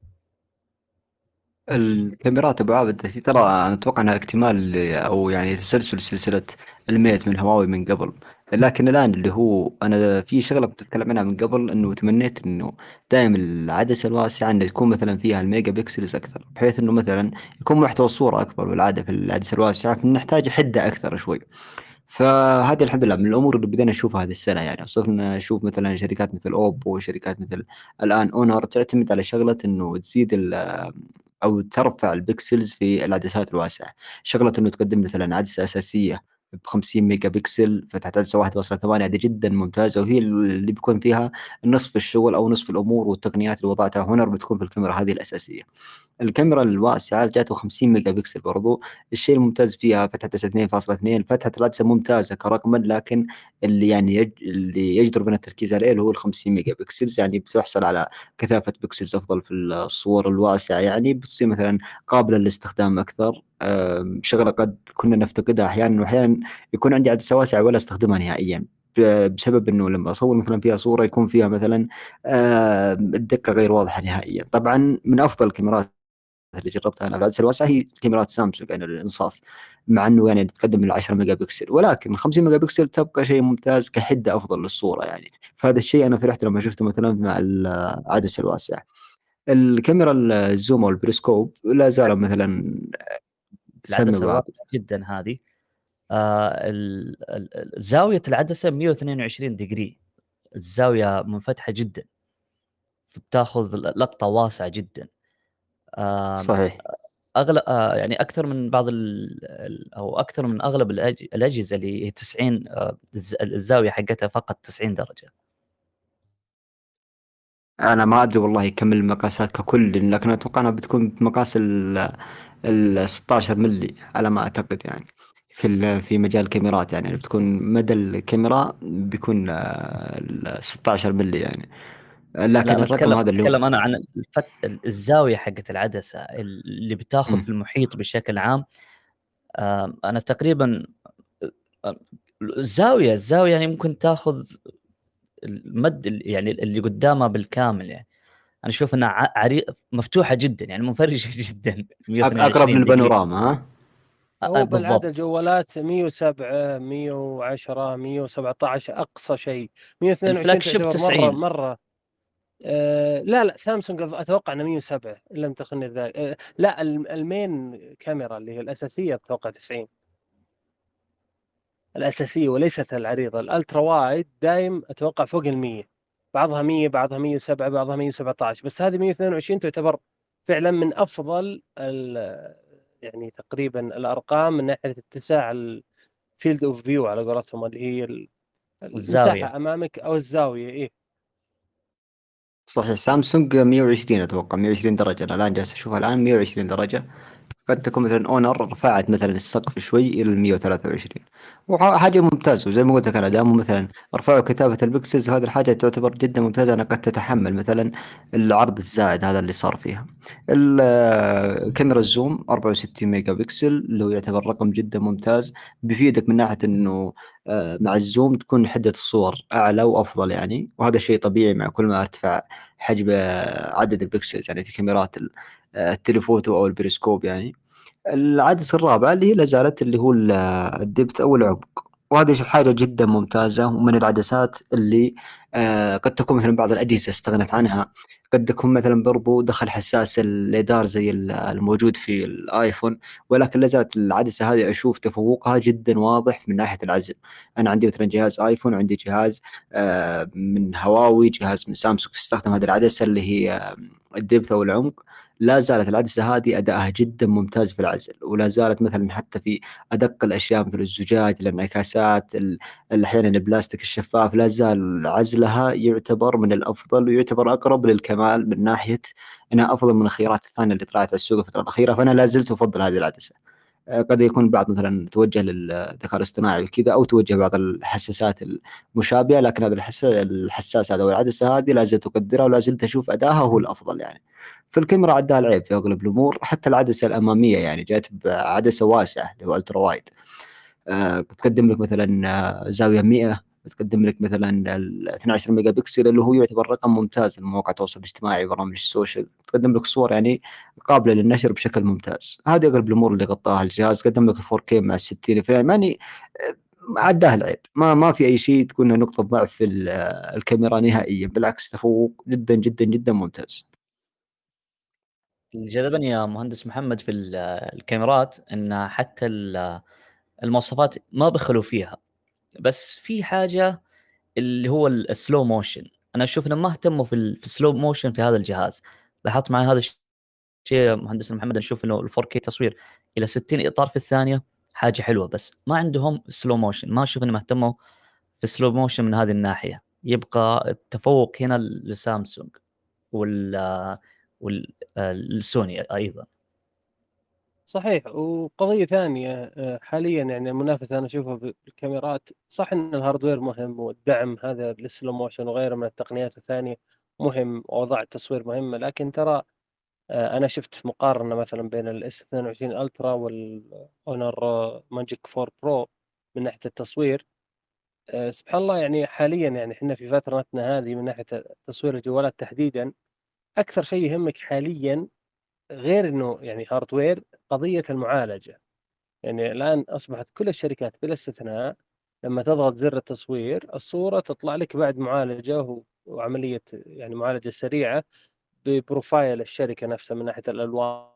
الكاميرات ابو عابد ترى انا اتوقع انها اكتمال او يعني تسلسل سلسله الميت من هواوي من قبل، لكن الان اللي هو انا في شغله كنت اتكلم عنها من قبل، انه تمنيت انه دائما العدسه الواسعه انه يكون مثلا فيها الميجا بكسلز اكثر، بحيث انه مثلا يكون محتوى الصوره اكبر، والعاده في العدسه الواسعه فنحتاج حده اكثر شوي. فهذه الحمد لله من الامور اللي بدينا نشوفها هذه السنه، يعني صرنا نشوف مثلا شركات مثل اوبو وشركات مثل الان اونر تعتمد على شغله انه تزيد او ترفع البكسلز في العدسات الواسعه، شغله انه تقدم مثلا عدسه اساسيه ب خمسين ميجا بكسل فتحت عدسه واحد فاصلة ثمانية، هذه جدا ممتازه، وهي اللي بيكون فيها نصف الشغل او نصف الامور والتقنيات اللي وضعتها هونر بتكون في الكاميرا هذه الاساسيه. الكاميرا الواسعة جاته خمسين ميجا بكسل برضو، الشيء الممتاز فيها فتحة اثنين فاصلة اثنين، فتحة العدسة ممتازة كرقما، لكن اللي يعني يج... اللي يجدر بنا التركيز عليه اللي هو ال خمسين ميجا بكسلز، يعني بتحصل على كثافة بكسلز أفضل في الصور الواسعة، يعني بتصير مثلا قابلة للاستخدام أكثر. أم، شغلة قد كنا نفتقدها أحيانا، وأحيانا يكون عندي عدسة واسعة ولا استخدمها نهائيا، ب- بسبب انه لما اصور مثلا فيها صوره يكون فيها مثلا آه الدقه غير واضحه نهائيا. طبعا من افضل الكاميرات اللي جربتها انا في العدسه الواسعه هي كاميرات سامسونج يعني للانصاف، مع انه يعني تتقدم من عشرة ميجا بكسل، ولكن خمسين ميجا بكسل تبقى شيء ممتاز كحده افضل للصوره يعني. فهذا الشيء انا فرحت لما شفته مثلا مع العدسه الواسعه. الكاميرا الزوم او البريسكوب لا زال مثلا سمي العدسة بعض. واضحة جدا هذه. آه ال- ال- ال- زاوية العدسة مئة واثنين وعشرين دقري، الزاوية منفتحة جدا، بتاخذ لقطة واسعة جدا. آه صحيح. اغلب آه يعني اكثر من بعض ال ال- او اكثر من اغلب الأج- الاجهزه اللي هي تسعين، آه الز- الزاويه حقتها فقط تسعين درجه. انا ما ادري والله كم المقاسات ككل، لكن اتوقع انها بتكون بمقاس ال ال ستاشر ملي على ما اعتقد، يعني في ال- في مجال الكاميرات، يعني بتكون مدى الكاميرا بيكون آه، ال ستاشر ملي يعني، لا، لكن انا الرقم اتكلم هذا اللي هو اتكلم انا عن الفت... الزاويه حقت العدسه اللي بتاخذ مم. في المحيط بشكل عام. آه انا تقريبا آه، الزاويه الزاويه يعني ممكن تاخذ المد ال- يعني اللي قدامها بالكامل. يعني انا اشوف انها ع- عري... مفتوحه جدا، يعني منفرجه جدا أق- اقرب مئة واثنين وعشرين دقيقة. للبانوراما ها. آه، هو بالعادة بالضبط. الجوالات مية وسبعة مية وعشرة مية وسبعة عشر أقصى شيء. مية واثنين وعشرين الفلاج شيب تعتبر مرة تسعين. مرة. آه لا لا، سامسونج أتوقع أنه مية وسبعة إن لم تخني الذاكرة. آه لا، الم- المين كاميرا اللي هي الأساسية أتوقع تسعين، الأساسية وليست العريضة. الألترا وايد دايم أتوقع فوق المية، بعضها مية بعضها مية وسبعة بعضها مية وسبعة عشر، بس هذه مية واثنين وعشرين تعتبر فعلا من افضل يعني تقريبا الارقام من ناحيه اتساع الفيلد اوف فيو على قولتهم، اللي هي المساحه امامك او الزاويه. ايه صحيح. سامسونج مية وعشرين اتوقع، مية وعشرين درجة، انا الان جالس اشوفها الان مية وعشرين درجة. قد تكون مثلا اونر رفعت مثلا السقف شوي الى مية وثلاثة وعشرين، وحاجة ممتازة. وزي ما قلت لك انا دام مثلا رفعوا كتابة البكسلز، وهذه الحاجة تعتبر جدا ممتازة، انها قد تتحمل مثلا العرض الزائد هذا اللي صار فيها. الكاميرا الزوم أربعة وستين ميجا بكسل، اللي هو يعتبر رقم جدا ممتاز، بيفيدك من ناحية انه آه، مع الزوم تكون حدة الصور اعلى وافضل يعني، وهذا شيء طبيعي مع كل ما ارتفع حجم آه، عدد البكسلز يعني في كاميرات ال- آه، التليفوتو او البريسكوب يعني. العدسة الرابعة اللي هي لا زالت اللي هو ال- الدبت أو العمق، وهذه حاجة جدا ممتازة، ومن العدسات اللي آه قد تكون مثلا بعض الأجهزة استغنت عنها. قد تكون مثلا برضو دخل حساس الليدار زي ال- الموجود في الآيفون، ولكن لا زالت العدسة هذه أشوف تفوقها جدا واضح من ناحية العزل. أنا عندي مثلا جهاز آيفون، وعندي جهاز آه من هواوي، جهاز من سامسونج استخدم هذه العدسة اللي هي آه، الدبث أو العمق. لا زالت العدسة هذه أداءها جدا ممتاز في العزل، ولا زالت مثلا حتى في أدق الأشياء مثل الزجاج، الانعكاسات، ال- أحيانا البلاستيك الشفاف، لا زال عزلها يعتبر من الأفضل، ويعتبر أقرب للكمال من ناحية أنها أفضل من الخيارات الثانية اللي طلعت على السوق الفترة الأخيرة. فأنا لا زلت أفضل هذه العدسة. آه، قد يكون بعض مثلا توجه للذكاء الاصطناعي وكذا، او توجه بعض الحساسات المشابهه، لكن هذا الحس... الحساس هذا والعدسه هذه لا زلت اقدرها، ولا زلت اشوف ادائها هو الافضل يعني. في الكاميرا عدها العيب في اغلب الامور، حتى العدسه الاماميه يعني جات بعدسه واسعه اللي هو الترا وايد. آه، بتقدم لك مثلا آه، زاويه مئة، بتقدم لك مثلا ال اثني عشر ميجا بكسل، اللي هو يعتبر رقم ممتاز لمواقع التواصل الاجتماعي وبرامج السوشيال. تقدم لك صور يعني قابله للنشر بشكل ممتاز. هذه اغلب الامور اللي غطاها الجهاز. قدم لك فور كيه مع ستين فريم يعني. آه، عداه العيب، ما ما في اي شيء تكون نقطه ضعف في ال- آه، الكاميرا نهائيا، بالعكس تفوق جدا جدا جدا ممتاز. اللي جذبني يا مهندس محمد في ال- الكاميرات ان حتى ال- المواصفات ما بخلوا فيها، بس في حاجه اللي هو ال- السلو موشن. انا اشوف انهم ما اهتموا في ال- في السلو موشن في هذا الجهاز. لاحظت معي هذا الشيء يا مهندس محمد. نشوف انه ال فور كيه تصوير الى ستين اطار في الثانيه حاجه حلوه، بس ما عندهم سلو موشن. ما اشوف انهم اهتموا في السلو موشن من هذه الناحيه. يبقى التفوق هنا لسامسونج وال والسوني ايضا. صحيح. وقضيه ثانيه آه، حاليا يعني المنافسه انا اشوفها بالكاميرات، صح ان الهاردوير مهم والدعم هذا للسلو موشن وغيره من التقنيات الثانيه مهم، واوضاع التصوير مهمه، لكن ترى آه، انا شفت مقارنه مثلا بين الاس اثنين وعشرين الترا والاونر ماجيك فور برو من ناحيه التصوير. آه، سبحان الله، يعني حاليا يعني احنا في فترتنا هذه من ناحيه تصوير الجوالات تحديدا، اكثر شيء يهمك حاليا غير انه يعني هاردوير، قضيه المعالجه. يعني الان اصبحت كل الشركات بلا استثناء لما تضغط زر التصوير الصوره تطلع لك بعد معالجه و- وعمليه يعني معالجه سريعه ببروفايل الشركه نفسها من ناحيه الالوان،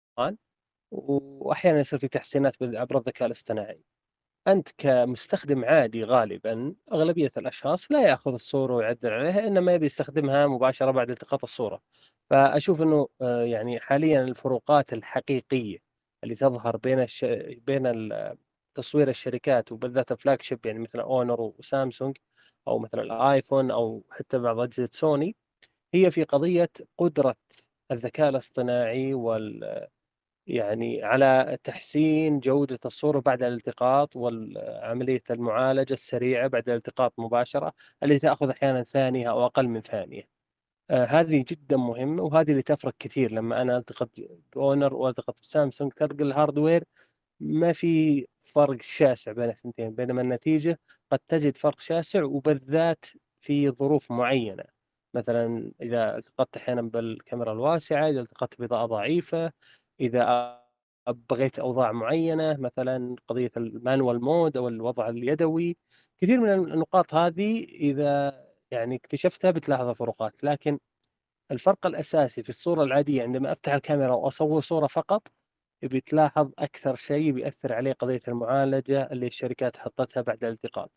واحيانا يصير في تحسينات عبر الذكاء الاصطناعي. انت كمستخدم عادي غالبا اغلبيه الاشخاص لا ياخذ الصوره ويعدل عليها، انما يبي يستخدمها مباشره بعد التقاط الصوره. فاشوف انه آه، يعني حاليا الفروقات الحقيقيه اللي تظهر بين الش... بين ال- تصوير الشركات وبالذات الفلاج شيب، يعني مثل اونر وسامسونج، او مثلا الايفون، او حتى بعض اجهزه سوني، هي في قضيه قدره الذكاء الاصطناعي وال يعني على تحسين جودة الصورة بعد الالتقاط، وعملية المعالجة السريعة بعد الالتقاط مباشرة، اللي تأخذ أحيانا ثانية أو أقل من ثانية. آه هذه جدا مهمة، وهذه اللي تفرق كثير لما أنا ألتقط بأونر وألتقط بسامسونج. تلقى الهاردوير ما في فرق شاسع بين الثنتين، بينما النتيجة قد تجد فرق شاسع، وبالذات في ظروف معينة. مثلا إذا التقطت أحيانا بالكاميرا الواسعة، إذا التقطت بإضاءة ضعيفة، إذا بغيت أوضاع معينة، مثلا قضية المانوال مود أو الوضع اليدوي. كثير من النقاط هذه إذا يعني اكتشفتها بتلاحظ فروقات. لكن الفرق الأساسي في الصورة العادية عندما أفتح الكاميرا وأصور صورة فقط، بتلاحظ أكثر شيء بيأثر عليه قضية المعالجة اللي الشركات حطتها بعد الالتقاط.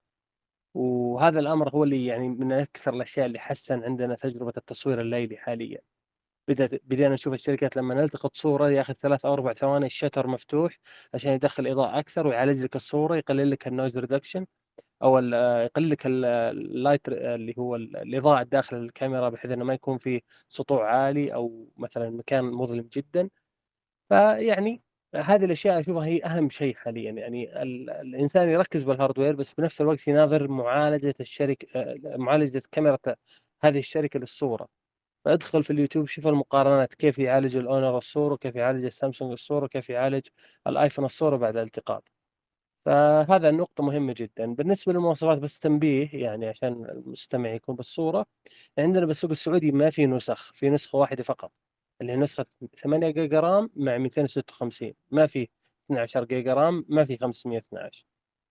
وهذا الأمر هو اللي يعني من أكثر الأشياء اللي حسن عندنا تجربة التصوير الليلي حاليا. بدأت بدينا نشوف الشركات لما نلتقط صورة ياخذ ثلاث أو أربع ثواني الشتر مفتوح عشان يدخل إضاءة أكثر ويعالج لك الصورة، يقلل لك النويز ريدكشن أو ال- يقلل لك ال- اللايت اللي هو ال- الإضاءة داخل الكاميرا، بحيث إنه ما يكون في سطوع عالي أو مثلا مكان مظلم جدا. فيعني هذه الأشياء أشوفها هي أهم شيء حاليا، يعني ال- الإنسان يركز بالهاردوير بس بنفس الوقت يناظر معالجة الشركة، معالجة كاميرا هذه الشركة للصورة. فادخل في اليوتيوب شوف المقارنات، كيف يعالج الأونر الصورة، وكيف يعالج السامسونج الصورة، وكيف يعالج الآيفون الصورة بعد الالتقاط. فهذا النقطة مهمة جدا. بالنسبة للمواصفات بس تنبيه يعني عشان المستمع يكون بالصورة، عندنا بالسوق السعودي ما في نسخ، في نسخة واحدة فقط اللي هي نسخة ثمانية جيجا رام مع مئتين وستة وخمسين، ما في اثني عشر جيجا رام، ما في خمسمئة واثني عشر.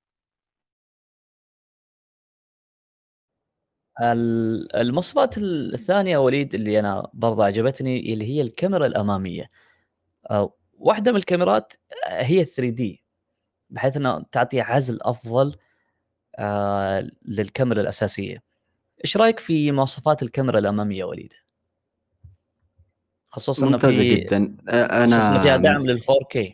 ال- المواصفات الثانية وليد اللي أنا برضه عجبتني اللي هي الكاميرا الأمامية. آه، واحدة من الكاميرات آه، هي ثري دي، بحيث أنها تعطي عزل أفضل آه، للكاميرا الأساسية. إيش رأيك في مواصفات الكاميرا الأمامية وليد؟ خصوصا أنه ممتازة في جدا. آه، خصوصا أنه فيها أنا دعم لل فور كي.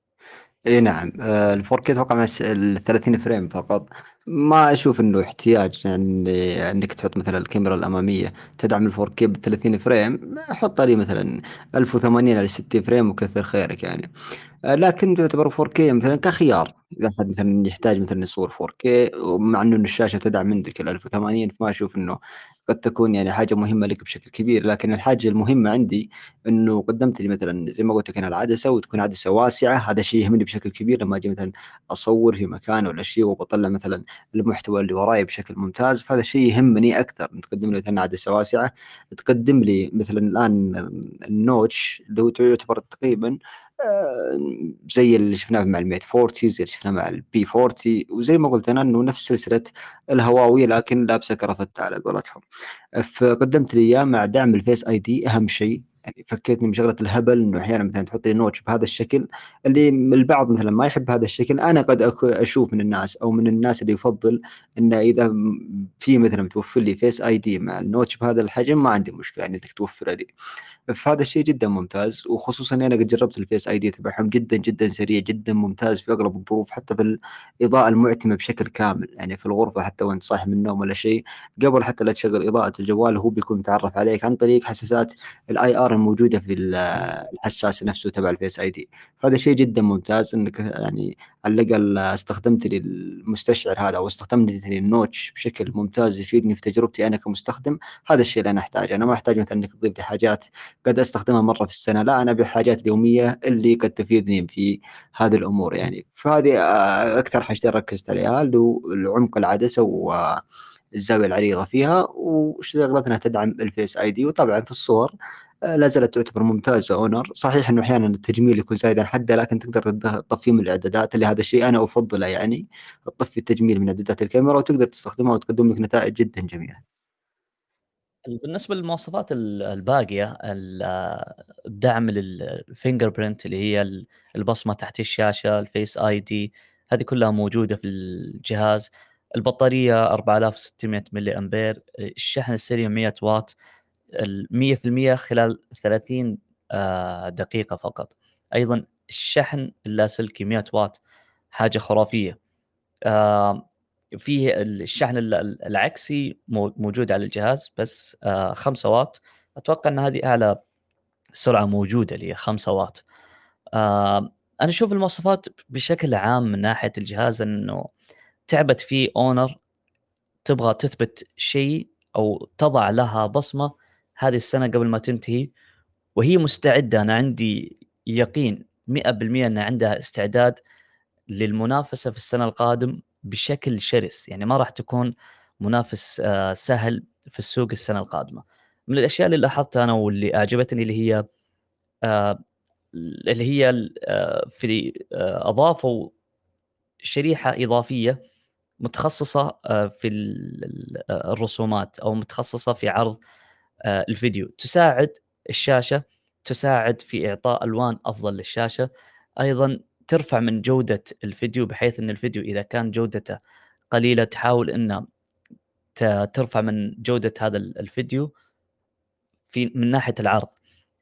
اي نعم. آه، ال فور كيه اتوقع مع الس- ال ثلاثين فريم فقط. ما اشوف انه احتياج يعني انك تحط مثلا الكاميرا الاماميه تدعم ال فور كيه بال ثلاثين فريم، حط لي مثلا ألف وثمانين على ستين فريم وكثر خيرك يعني. آه، لكن تعتبر فور كيه مثلا كخيار اذا احد مثلا يحتاج مثلا يصور فور كيه، ومع انه الشاشه تدعم عندك ال ألف وثمانين، فما اشوف انه قد تكون يعني حاجه مهمه لك بشكل كبير. لكن الحاجه المهمه عندي انه قدمت لي مثلا زي ما قلت لك انا العدسه، وتكون عدسه واسعه. هذا شيء يهمني بشكل كبير لما اجي مثلا اصور في مكان ولا شيء وبطلع مثلا المحتوى اللي وراي بشكل ممتاز، فهذا الشيء يهمني اكثر. تقدم لي مثلا عدسه واسعه، تقدم لي مثلا الان النوتش اللي هو يعتبر تقريبا آه، زي اللي شفناه مع الميت أربعين، زي اللي شفناه مع البي أربعين، وزي ما قلت انا انه نفس سلسله الهواوي لكن لابسه كرافته على قولتهم. فقدمت لي اياه مع دعم الفيس اي دي، اهم شيء. يعني فكيتني من شغله الهبل انه احيانا مثلا تحط لي نوتش بهذا الشكل اللي البعض مثلا ما يحب هذا الشكل. انا قد أك- اشوف من الناس او من الناس اللي يفضل انه اذا م- في مثلا متوفر لي فيس اي دي مع النوتش بهذا الحجم، ما عندي مشكله يعني انك توفر لي. فهذا الشيء جدا ممتاز، وخصوصا اني انا قد جربت الفيس اي دي تبعهم، جدا جدا سريع، جدا ممتاز في اغلب الظروف، حتى في الاضاءه المعتمه بشكل كامل يعني في الغرفه، حتى وانت صاحي من النوم ولا شيء، قبل حتى لا تشغل اضاءه الجوال هو بيكون متعرف عليك عن طريق حساسات الاي ار الموجوده في ال- الحساس نفسه تبع الفيس اي دي. فهذا شيء جدا ممتاز انك يعني على الاقل استخدمت لي المستشعر هذا او استخدمت لي النوتش بشكل ممتاز يفيدني في تجربتي انا كمستخدم. هذا الشيء اللي انا احتاجه. انا ما احتاج مثلا انك تضيف لي حاجات قد استخدمها مره في السنه، لا انا بحاجات اليوميه اللي قد تفيدني في هذه الامور يعني. فهذه آه، اكثر حاجتين ركزت عليها، اللي هو العمق العدسه والزاويه العريضه فيها، وشغلت انها تدعم الفيس اي دي. وطبعا في الصور آه، لا زالت تعتبر ممتازه اونر. صحيح انه احيانا التجميل يكون زايد عن حده، لكن تقدر تده- تطفيه من الاعدادات، اللي هذا الشيء انا افضله يعني. تطفي التجميل من اعدادات الكاميرا وتقدر تستخدمها وتقدم لك نتائج جدا جميله. بالنسبة للمواصفات ال- الباقية، ال- الدعم للفينجر برنت اللي هي ال- البصمة تحت الشاشة، الفيس اي دي، هذه كلها موجودة في الجهاز. البطارية أربعة آلاف وستمئة ملي أمبير، الشحن السريع مئة واط، ال مئة في المئة خلال ثلاثين آه، دقيقة فقط. أيضا الشحن اللاسلكي مئة واط، حاجة خرافية. آه، فيه الشحن ال- ال- العكسي مو- موجود على الجهاز بس آه، خمسة واط. اتوقع ان هذه اعلى سرعه موجوده اللي هي خمسة واط. آه، انا اشوف المواصفات بشكل عام من ناحيه الجهاز انه تعبت فيه اونر، تبغى تثبت شيء او تضع لها بصمه هذه السنه قبل ما تنتهي، وهي مستعده. انا عندي يقين مئة بالمئة ان عندها استعداد للمنافسه في السنه القادم بشكل شرس. يعني ما راح تكون منافس آه، سهل في السوق السنه القادمه. من الاشياء اللي لاحظتها انا واللي اعجبتني اللي هي آه، اللي هي آه، في آه، اضافوا شريحه اضافيه متخصصه آه، في ال- ال- آه، الرسومات، او متخصصه في عرض آه، الفيديو، تساعد الشاشه، تساعد في اعطاء الوان افضل للشاشه. ايضا ترفع من جوده الفيديو، بحيث ان الفيديو اذا كان جودته قليله تحاول ان ت- ترفع من جوده هذا ال- الفيديو في من ناحيه العرض.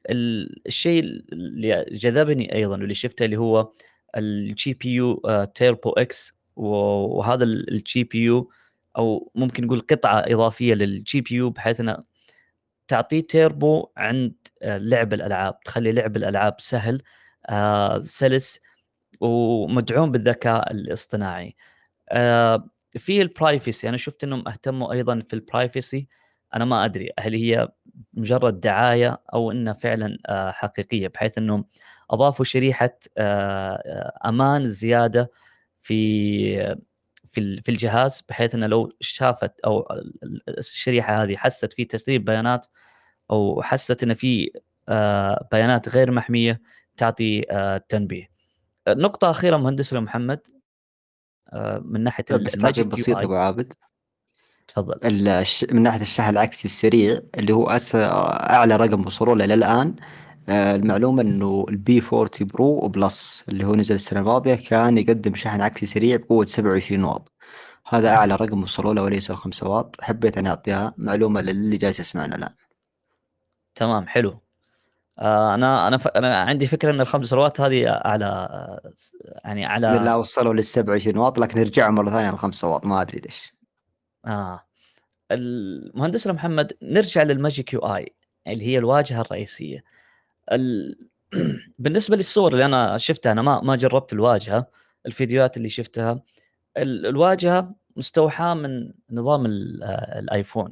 الشيء اللي جذبني ايضا واللي شفته اللي هو الجي بي يو تيربو اكس، وهذا الجي بي يو او ممكن نقول قطعه اضافيه للجي بي يو بحيث انه تعطيه تيربو عند لعب الالعاب، تخلي لعب الالعاب سهل سلس ومدعوم بالذكاء الاصطناعي. في البرايفسي انا شفت انهم اهتموا ايضا في البرايفسي، انا ما ادري هل هي مجرد دعايه او انها فعلا حقيقيه، بحيث انهم اضافوا شريحه امان زياده في في في الجهاز، بحيث انه لو شافت او الشريحه هذه حست في تسريب بيانات او حست ان في بيانات غير محميه تعطي تنبيه. نقطه اخيره مهندس محمد من ناحيه بس الماجيك تعقيب يو بسيط اي. ابو عابد، تفضل. الش... من ناحيه الشحن العكسي السريع اللي هو أس... اعلى رقم وصلوا له للان. آه، المعلومه انه البي أربعين برو وبلس اللي هو نزل السنه الماضيه كان يقدم شحن عكسي سريع بقوه سبعة وعشرين واط، هذا اعلى رقم وصلوا له وليس ال خمسة واط. حبيت ان اعطيها معلومه للي جالس يسمعنا الان. تمام، حلو. آه انا انا ف... انا عندي فكره ان الخمس سنوات هذه اعلى، آه، يعني لا على وصلوا لل سبعة وعشرين واط لكن رجعوا مره ثانيه لل خمسة واط، ما ادري ليش. اه المهندس محمد، نرجع للماجيك يو اي اللي هي الواجهه الرئيسيه. ال... بالنسبه للصور اللي انا شفتها، انا ما ما جربت الواجهه، الفيديوهات اللي شفتها ال... الواجهه مستوحاه من نظام ال... آه، الايفون.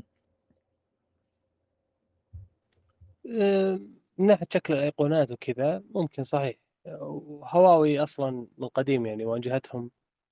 آه، من ناحية شكل الأيقونات وكذا ممكن صحيح. وهواوي أصلا من قديم يعني واجهتهم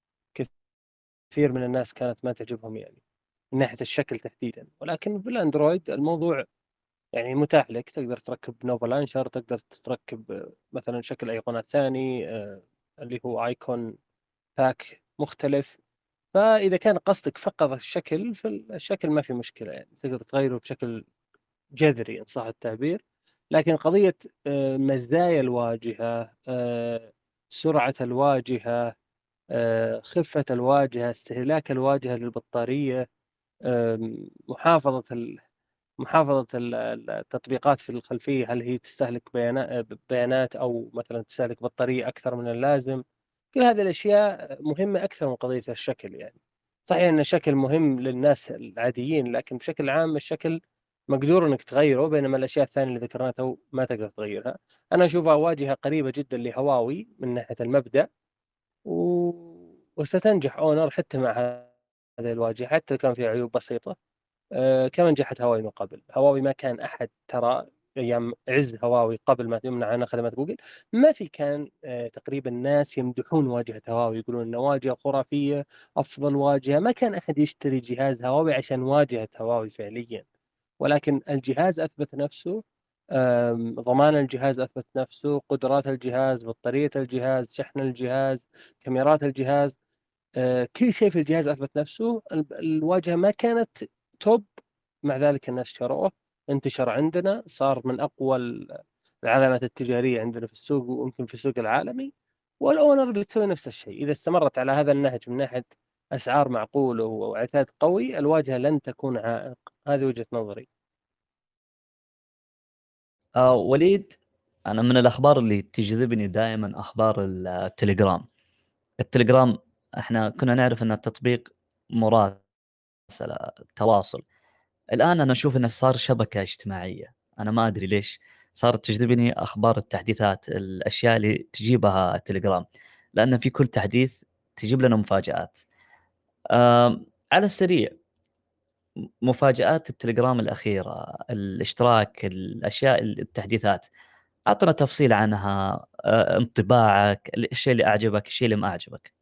كثير من الناس كانت ما تعجبهم يعني من ناحية الشكل تحديدا، ولكن بالأندرويد الموضوع يعني متاح لك، تقدر تركب نوفا لانشر، تقدر تركب مثلا شكل أيقونات ثاني آه، اللي هو ايكون باك مختلف. فإذا كان قصدك فقط الشكل، فالشكل ما في مشكلة يعني تقدر تغيره بشكل جذري إن صح التعبير. لكن قضية آه، مزايا الواجهة، آه، سرعة الواجهة، آه، خفة الواجهة، استهلاك الواجهة للبطارية، آم، محافظة ال- محافظة ال- ال- التطبيقات في الخلفية، هل هي تستهلك بيانات بيانات أو مثلا تستهلك بطارية أكثر من اللازم. كل هذه الأشياء مهمة أكثر من قضية الشكل يعني. صحيح أن الشكل مهم للناس العاديين، لكن بشكل عام الشكل مقدور انك تغيره، بينما الاشياء الثانيه اللي ذكرناها تو ما تقدر تغيرها. انا اشوفها واجهه قريبه جدا لهواوي من ناحيه المبدا، و... وستنجح اونر حتى مع هذه الواجهه، حتى كان فيها عيوب بسيطه. أه كما نجحت هواوي من قبل. هواوي ما كان احد ترى ايام عز هواوي قبل ما تمنع عنها خدمات جوجل، ما في كان أه تقريبا ناس يمدحون واجهه هواوي، يقولون انها واجهه خرافيه، افضل واجهه. ما كان احد يشتري جهاز هواوي عشان واجهه هواوي فعليا، ولكن الجهاز أثبت نفسه، آم، ضمان الجهاز أثبت نفسه، قدرات الجهاز، بطارية الجهاز، شحن الجهاز، كاميرات الجهاز، آه، كل شيء في الجهاز أثبت نفسه. ال- الواجهة ما كانت توب، مع ذلك الناس شروه، انتشر عندنا، صار من أقوى ال- العلامات التجارية عندنا في السوق ويمكن في السوق العالمي. والأونر بتسوي نفس الشيء إذا استمرت على هذا النهج من ناحية أسعار معقولة وعتاد قوي، الواجهة لن تكون عائق. هذه وجهة نظري. آه وليد، انا من الاخبار اللي تجذبني دائما اخبار التليجرام. التليجرام احنا كنا نعرف ان التطبيق مراسله تواصل، الان انا اشوف انه صار شبكه اجتماعيه. انا ما ادري ليش صارت تجذبني اخبار التحديثات، الاشياء اللي تجيبها التليجرام، لان في كل تحديث تجيب لنا مفاجات. آم، على السريع، مفاجآت التليجرام الأخيرة، الاشتراك، الأشياء، التحديثات، أعطنا تفصيل عنها. آه، انطباعك، الشيء اللي أعجبك، الشيء اللي ما أعجبك.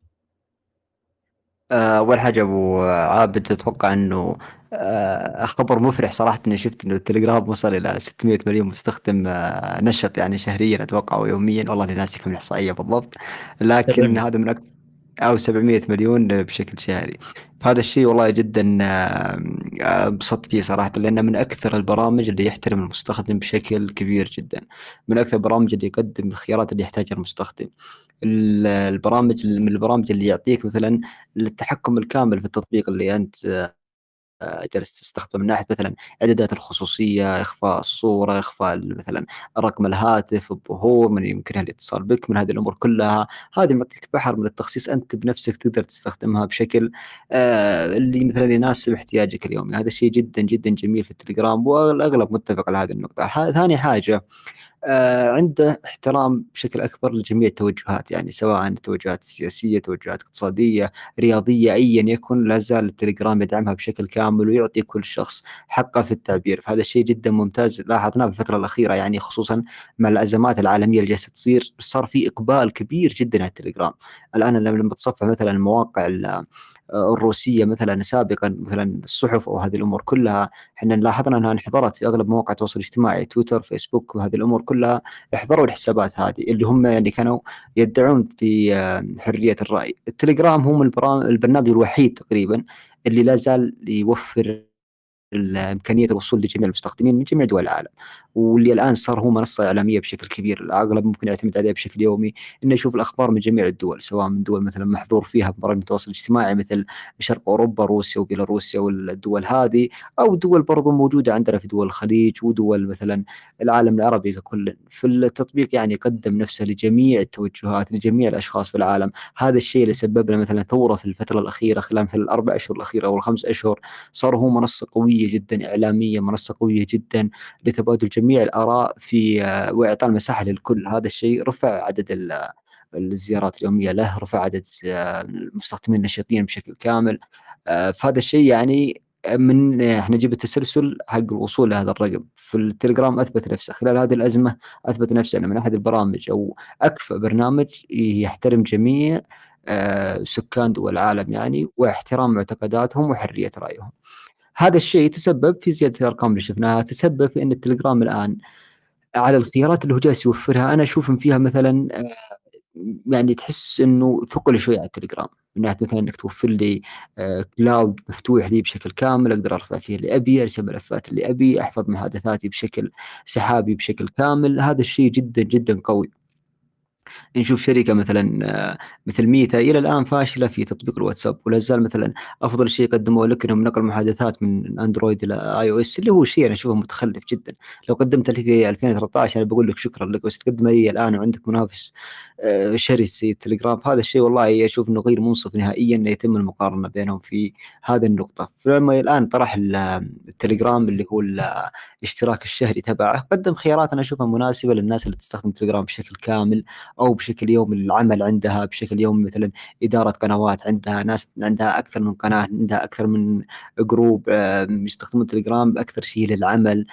آه، أول حاجة أبو عابد أتوقع أنه آه، خبر مفرح صراحة، إني شفت إنه التليجرام وصل إلى ستمائة مليون مستخدم آه، نشط يعني شهريا أتوقع أو يوميا، والله لا ناسي كم الإحصائية بالضبط، لكن سبعمية. هذا من أكثر أو سبعمائة مليون بشكل شهري. فهذا الشيء والله جدا آه، آه، انبسطت فيه صراحة، لأنه من أكثر البرامج اللي يحترم المستخدم بشكل كبير جدا، من أكثر البرامج اللي يقدم الخيارات اللي يحتاجها المستخدم. ال- البرامج من البرامج اللي يعطيك مثلا التحكم الكامل في التطبيق اللي أنت جالس تستخدمه من ناحية مثلا إعدادات الخصوصية، إخفاء الصورة، إخفاء مثلا رقم الهاتف، الظهور، من يمكنها الاتصال بك، من هذه الأمور كلها. هذه معطيك بحر من التخصيص، أنت بنفسك تقدر تستخدمها بشكل آه اللي مثلا يناسب احتياجك اليومي. هذا الشيء جدا جدا جميل في التليجرام، والأغلب متفق على هذه النقطة. ثاني حاجة، آه، عنده احترام بشكل أكبر لجميع التوجهات، يعني سواء التوجهات السياسية، توجهات اقتصادية، رياضية، أيا يكن، لا زال التليجرام يدعمها بشكل كامل ويعطي كل شخص حقه في التعبير. فهذا الشيء جدا ممتاز لاحظناه في الفترة الأخيرة، يعني خصوصا مع الأزمات العالمية اللي جالسة تصير، صار في إقبال كبير جدا على التليجرام. الآن لما تصفح مثلا المواقع الروسية مثلا سابقا، مثلا الصحف أو هذه الأمور كلها، احنا لاحظنا أنها انحضرت في أغلب مواقع التواصل الاجتماعي، تويتر، فيسبوك، وهذه الأمور كلها احضروا الحسابات هذه اللي هم يعني كانوا يدعون في حرية الرأي. التليجرام هم البرنامج الوحيد تقريبا اللي لا زال يوفر إمكانية الوصول لجميع المستخدمين من جميع دول العالم، واللي الآن صار هو منصة إعلامية بشكل كبير. الأغلب ممكن يعتمد عليها بشكل يومي، إنه يشوف الأخبار من جميع الدول، سواء من دول مثلا محظور فيها ببرامج التواصل الاجتماعي مثل شرق أوروبا، روسيا وبيلاروسيا والدول هذه، أو دول برضو موجودة عندنا في دول الخليج ودول مثلا العالم العربي ككل. في التطبيق يعني يقدم نفسه لجميع التوجهات، لجميع الأشخاص في العالم. هذا الشيء اللي سبب لنا مثلا ثورة في الفترة الأخيرة، خلال مثل الأربع أشهر الأخيرة أو الخمس أشهر، صار هو منصة قوية جدا إعلامية، منصة قوية جدا لتبادل جميع الآراء في وإعطاء المساحة للكل. هذا الشيء رفع عدد الزيارات اليومية له، رفع عدد المستخدمين النشطين بشكل كامل. فهذا الشيء يعني من احنا نجيب التسلسل حق الوصول لهذا الرقم. في التليجرام أثبت نفسه خلال هذه الأزمة، أثبت نفسه أنه من أحد البرامج أو أكفأ برنامج يحترم جميع سكان دول العالم، يعني واحترام معتقداتهم وحرية رأيهم. هذا الشيء تسبب في زيادة الأرقام اللي شفناها، تسبب في أن التليجرام الآن على الخيارات اللي هو جالس يوفرها، أنا أشوف إن فيها مثلا يعني تحس إنه ثقل شوي على التليجرام، من ناحية مثلا إنك توفر لي كلاود مفتوح لي بشكل كامل، أقدر أرفع فيه اللي أبي، أرسل ملفات اللي أبي، أحفظ محادثاتي بشكل سحابي بشكل كامل. هذا الشيء جدا جدا قوي. نشوف شركة مثلا مثل ميتا إلى الآن فاشلة في تطبيق الواتساب، ولا زال مثلا أفضل شيء قدموه لك إنهم نقل محادثات من أندرويد إلى آي أو إس، اللي هو شيء أنا أشوفه متخلف جدا. لو قدمت لي في ألفين وثلاثة عشر أنا بقول لك شكرا لك، بس تقدم لي الآن وعندك منافس شرس زي التليجرام، فهذا الشيء والله أشوف إنه غير منصف نهائيا إنه يتم المقارنة بينهم في هذه النقطة. فلما الآن طرح التليجرام اللي هو الاشتراك الشهري تبعه، قدم خيارات أنا أشوفها مناسبة للناس اللي تستخدم التليجرام بشكل كامل أو بشكل يومي، العمل عندها بشكل يومي، مثلا إدارة قنوات، عندها ناس عندها أكثر من قناة، عندها أكثر من جروب يستخدمون تليجرام أكثر شيء للعمل،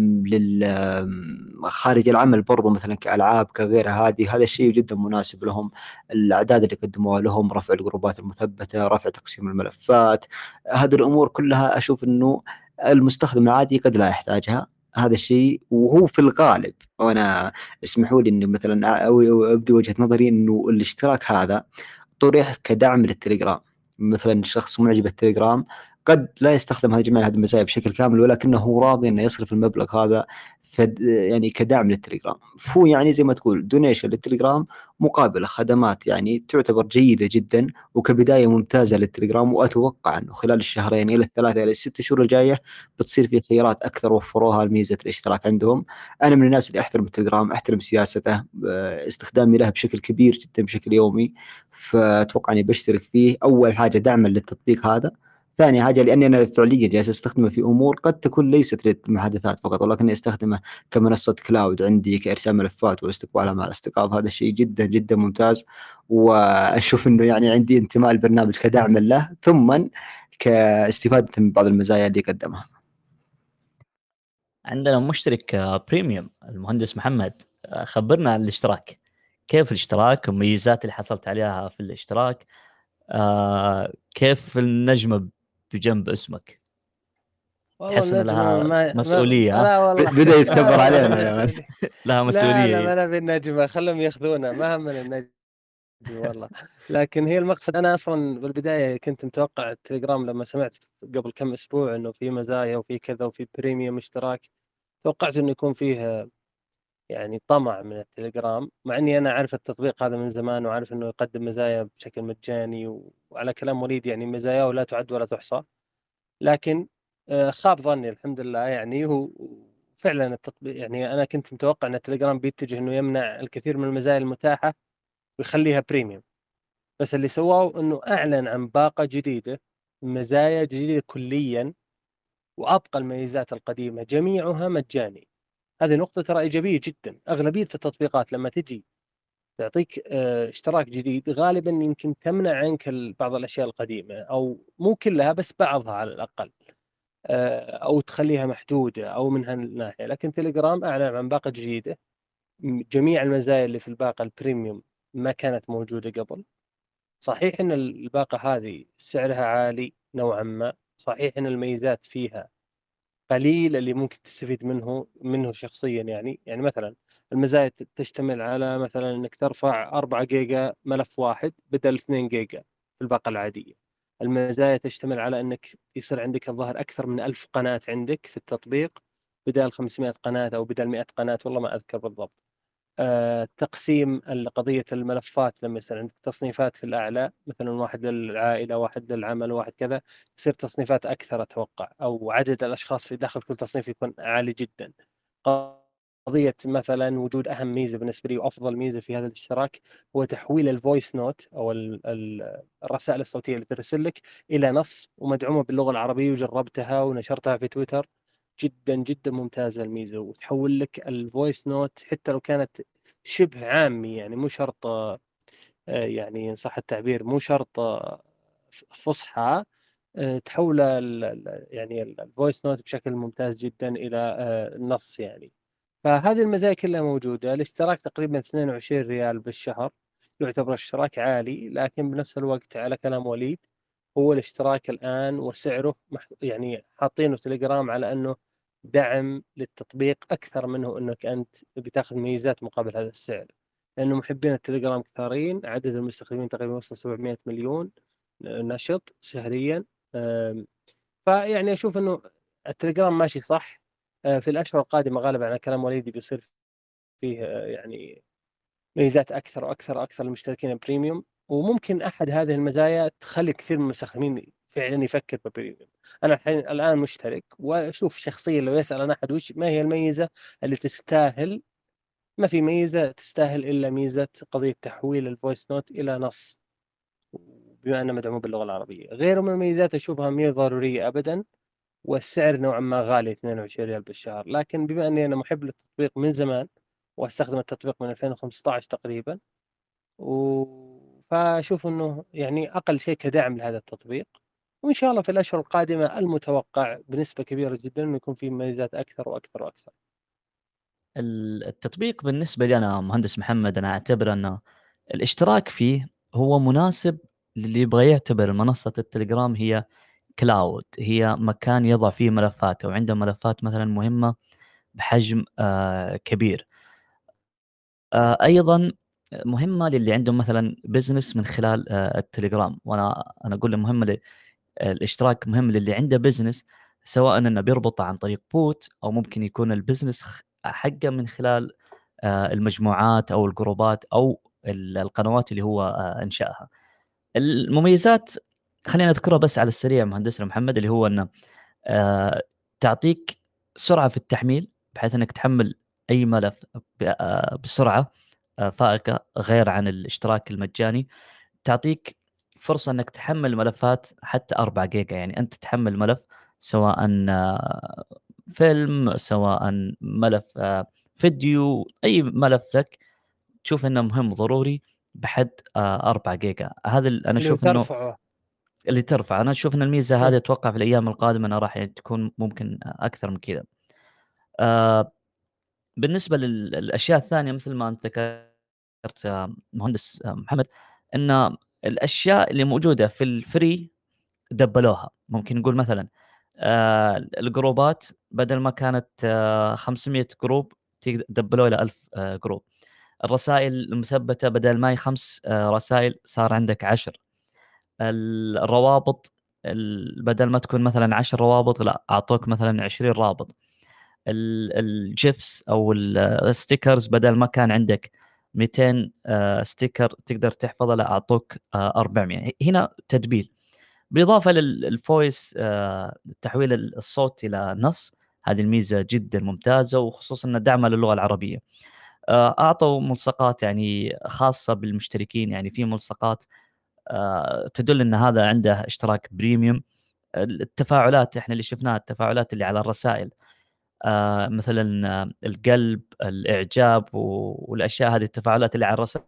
لل خارج العمل برضو مثلا كألعاب كغيرها. هذه هذا الشيء جدا مناسب لهم. الأعداد اللي قدموها لهم، رفع الجروبات المثبتة، رفع تقسيم الملفات، هذه الأمور كلها أشوف إنه المستخدم العادي قد لا يحتاجها. هذا الشيء وهو في الغالب، وأنا اسمحوا لي إنه مثلا أو أبدي وجهة نظري إنه الاشتراك هذا طرح كدعم للتليجرام. مثلا شخص معجب بالتليجرام قد لا يستخدم هذه جميع هذه المزايا بشكل كامل، ولكنه راضي انه يصرف المبلغ هذا فد يعني كدعم للتليجرام. فهو يعني زي ما تقول دونيشن للتليجرام مقابل خدمات يعني تعتبر جيدة جدا وكبداية ممتازة للتليجرام. وأتوقع أنه خلال الشهرين إلى الثلاثة إلى الست شهور الجاية بتصير في خيارات أكثر وفروها لميزة الاشتراك عندهم. أنا من الناس اللي أحترم التليجرام، أحترم سياسته، استخدامي له بشكل كبير جدا بشكل يومي، فأتوقع أني بشترك فيه. أول حاجة دعما للتطبيق هذا، ثاني حاجة لأني أنا فعليا جالس أستخدمه في أمور قد تكون ليست للمحادثات فقط، ولكني أستخدمه كمنصة كلاود عندي، كإرسال ملفات واستقبالها مع الأصدقاء. هذا الشيء جدا جدا ممتاز، وأشوف أنه يعني عندي انتماء البرنامج كدعم له، ثم كاستفادة من بعض المزايا اللي قدمها. عندنا مشترك بريميوم المهندس محمد، خبرنا عن الاشتراك، كيف الاشتراك والميزات اللي حصلت عليها في الاشتراك، آه كيف النجمة بجنب اسمك، والله تحس ان النجمة لها ما مسؤولية؟ ما لا والله بدأ يتكبر لا علينا لا يا مان. مسؤولية. لها لا لا مسؤولية. ما نبي النجمة، خلهم ياخذونا، ما همنا النجمة والله. لكن هي المقصد، أنا أصلا بالبداية كنت متوقع التليجرام لما سمعت قبل كم أسبوع إنه في مزايا وفي كذا وفي بريميوم اشتراك، توقعت إنه يكون فيه يعني طمع من التليجرام، مع إني أنا عارف التطبيق هذا من زمان وعارف إنه يقدم مزايا بشكل مجاني، وعلى كلام وليد يعني مزاياه لا تعد ولا تحصى. لكن آه، خاب ظني الحمد لله. يعني هو فعلا التطبيق، يعني أنا كنت متوقع أن التليجرام بيتجه أنه يمنع الكثير من المزايا المتاحة ويخليها بريميوم، بس اللي سواه أنه أعلن عن باقة جديدة، مزايا جديدة كليا، وأبقى الميزات القديمة جميعها مجاني. هذه نقطة ترى إيجابية جدا. أغلبية التطبيقات لما تجي تعطيك آه، اشتراك جديد غالبا يمكن تمنع عنك ال- بعض الأشياء القديمة، أو مو كلها بس بعضها على الأقل، آه، أو تخليها محدودة أو من هالناحية. لكن تليجرام أعلن عن باقة جديدة، م- جميع المزايا اللي في الباقة البريميوم ما كانت موجودة قبل. صحيح أن الباقة هذه سعرها عالي نوعا ما، صحيح أن الميزات فيها قليل اللي ممكن تستفيد منه منه شخصيا. يعني يعني مثلا المزايا ت- تشتمل على مثلا انك ترفع أربعة جيجا ملف واحد بدل اثنين جيجا في الباقة العادية. المزايا تشتمل على انك يصير عندك الظاهر اكثر من ألف قناة عندك في التطبيق بدل خمسمائة قناة او بدل مئة قناة، والله ما اذكر بالضبط. آه، تقسيم قضية الملفات، لما يصير عندك تصنيفات في الأعلى، مثلا واحد للعائلة واحد للعمل واحد كذا، تصير تصنيفات أكثر أتوقع، أو عدد الأشخاص في داخل كل تصنيف يكون عالي جدا. قضية مثلا وجود أهم ميزة بالنسبة لي وأفضل ميزة في هذا الاشتراك هو تحويل الفويس نوت أو ال- ال- الرسائل الصوتية اللي ترسل لك إلى نص ومدعومة باللغة العربية، وجربتها ونشرتها في تويتر. جدا جدا ممتازة الميزة، وتحول لك الفويس نوت حتى لو كانت شبه عامي، يعني مو شرط آه، يعني إن صح التعبير مو شرط آه، فصحى، آه، تحول ال- ال- يعني الفويس نوت بشكل ممتاز جدا إلى آه، نص يعني. فهذه المزايا كلها موجودة. الاشتراك تقريبا اثنين وعشرين ريال بالشهر، يعتبر اشتراك عالي، لكن بنفس الوقت على كلام وليد هو الاشتراك الآن وسعره مح... يعني حاطينه تليجرام على أنه دعم للتطبيق أكثر منه أنك أنت بتاخذ ميزات مقابل هذا السعر، لأنه محبين التليجرام كثارين. عدد المستخدمين تقريبا وصل سبعمائة مليون نشط شهريا. أم، فيعني أشوف أنه التليجرام ماشي صح. أه، في الأشهر القادمة غالبا على كلام وليدي بيصير فيه أه، يعني ميزات أكثر وأكثر وأكثر للمشتركين البريميوم، وممكن أحد هذه المزايا تخلي كثير من المستخدمين فعلا يفكر بالبريميوم. أنا الحين الآن مشترك وأشوف شخصيا لو يسأل عن أحد وش ما هي الميزة اللي تستاهل، ما في ميزة تستاهل إلا ميزة قضية تحويل الفويس نوت إلى نص، بما أنه مدعوم باللغة العربية. غيره من الميزات أشوفها مي ضرورية أبدا، والسعر نوعا ما غالي اثنين وعشرين ريال بالشهر. لكن بما أني أنا محب للتطبيق من زمان واستخدم التطبيق من ألفين وخمسة عشر تقريبا، و... فأشوف أنه يعني أقل شيء كدعم لهذا التطبيق. وإن شاء الله في الأشهر القادمة المتوقع بنسبة كبيرة جدا أنه يكون فيه ميزات أكثر وأكثر وأكثر. ال- التطبيق بالنسبة لي أنا مهندس محمد، أنا أعتبر أنه الاشتراك فيه هو مناسب للي يبغى يعتبر منصة التليجرام هي كلاود، هي مكان يضع فيه ملفاته وعنده ملفات مثلا مهمة بحجم آه كبير. آه أيضا مهمة للي عندهم مثلا بزنس من خلال آه التليجرام، وأنا أنا أقول مهمة ل- الاشتراك مهم للي عنده بزنس، سواء أنه بيربطه عن طريق بوت أو ممكن يكون البزنس خ- حقه من خلال آه المجموعات أو الجروبات أو ال- القنوات اللي هو آه انشأها. المميزات خلينا نذكرها بس على السريع مهندسنا محمد، اللي هو أنه آه، تعطيك سرعة في التحميل، بحيث انك تحمل اي ملف ب- آه، بسرعة آه، فائقة غير عن الاشتراك المجاني. تعطيك فرصة انك تحمل ملفات حتى أربعة جيجا، يعني انت تحمل ملف سواء آه، فيلم، سواء ملف آه، فيديو، اي ملف لك تشوف انه مهم ضروري بحد آه، أربعة جيجا. هذا ال- انا اللي اشوف انه ترفعه. اللي ترفع. انا اشوف ان الميزه م. هذه اتوقع في الايام القادمه انها راح تكون ممكن اكثر من كذا. آه بالنسبه لل- للاشياء الثانيه مثل ما انت ذكرت آه، مهندس آه، محمد، ان الاشياء اللي موجوده في الفري دبلوها. ممكن نقول مثلا آه الجروبات بدل ما كانت آه خمسمائة جروب تقدر- دبلوها الى ألف آه جروب. الرسائل المثبته بدل ما هي خمس آه رسائل صار عندك عشر. الروابط ال- بدل ما تكون مثلا عشر روابط، لا اعطوك مثلا عشرين رابط. ال- الجيفس او ال- الستيكرز بدل ما كان عندك مئتين آه، ستيكر تقدر تحفظه، لا اعطوك آه، أربعمائة. هنا تدبيل. بالاضافه للفويس تحويل الصوت الى نص، هذه الميزه جدا ممتازه، وخصوصا ان دعمها للغه العربيه. آه، اعطوا ملصقات يعني خاصه بالمشتركين، يعني في ملصقات آه، تدل ان هذا عنده اشتراك بريميوم. التفاعلات احنا اللي شفناها، التفاعلات اللي على الرسائل، آه، مثلا آه، القلب، الاعجاب و- والاشياء هذه، التفاعلات اللي على الرسائل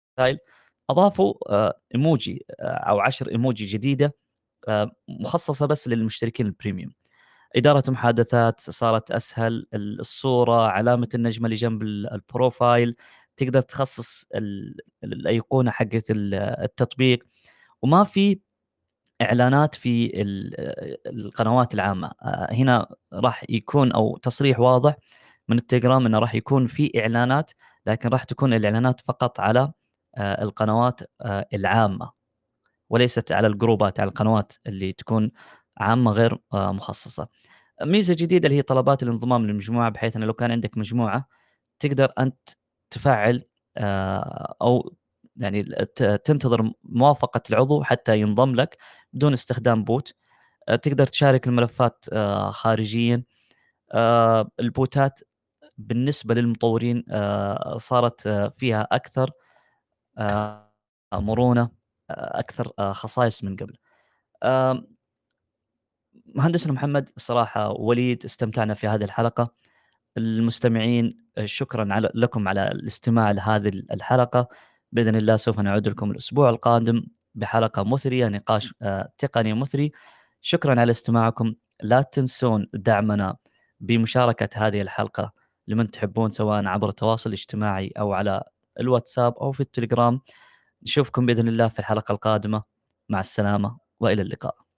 اضافوا آه، ايموجي آه، او عشر ايموجي جديده آه، مخصصه بس للمشتركين البريميوم. إدارة محادثات صارت أسهل، الصورة، علامة النجمة اللي جنب ال- البروفايل، تقدر تخصص ال- الأيقونة حقت ال- التطبيق، وما في إعلانات في ال- القنوات العامة. آه، هنا راح يكون أو تصريح واضح من التليجرام أنه راح يكون في إعلانات، لكن راح تكون الإعلانات فقط على آه، القنوات آه، العامة، وليست على الجروبات، على القنوات اللي تكون عامة غير آه، مخصصة. ميزه جديده اللي هي طلبات الانضمام للمجموعه، بحيث انه لو كان عندك مجموعه تقدر انت تفعل آه، او يعني ت- تنتظر موافقه العضو حتى ينضم لك بدون استخدام بوت. آه، تقدر تشارك الملفات آه، خارجيا. آه، البوتات بالنسبه للمطورين آه، صارت آه، فيها اكثر آه، مرونه، آه، اكثر آه، خصائص من قبل. آه، مهندسنا محمد، الصراحه وليد، استمتعنا في هذه الحلقه. المستمعين شكرا على لكم على الاستماع لهذه الحلقة. بإذن الله سوف نعود لكم الأسبوع القادم بحلقة مثرية، نقاش آه، تقني مثري. شكرا على استماعكم. لا تنسون دعمنا بمشاركة هذه الحلقة لمن تحبون، سواء عبر التواصل الاجتماعي أو على الواتساب أو في التليجرام. نشوفكم بإذن الله في الحلقة القادمة. مع السلامة وإلى اللقاء.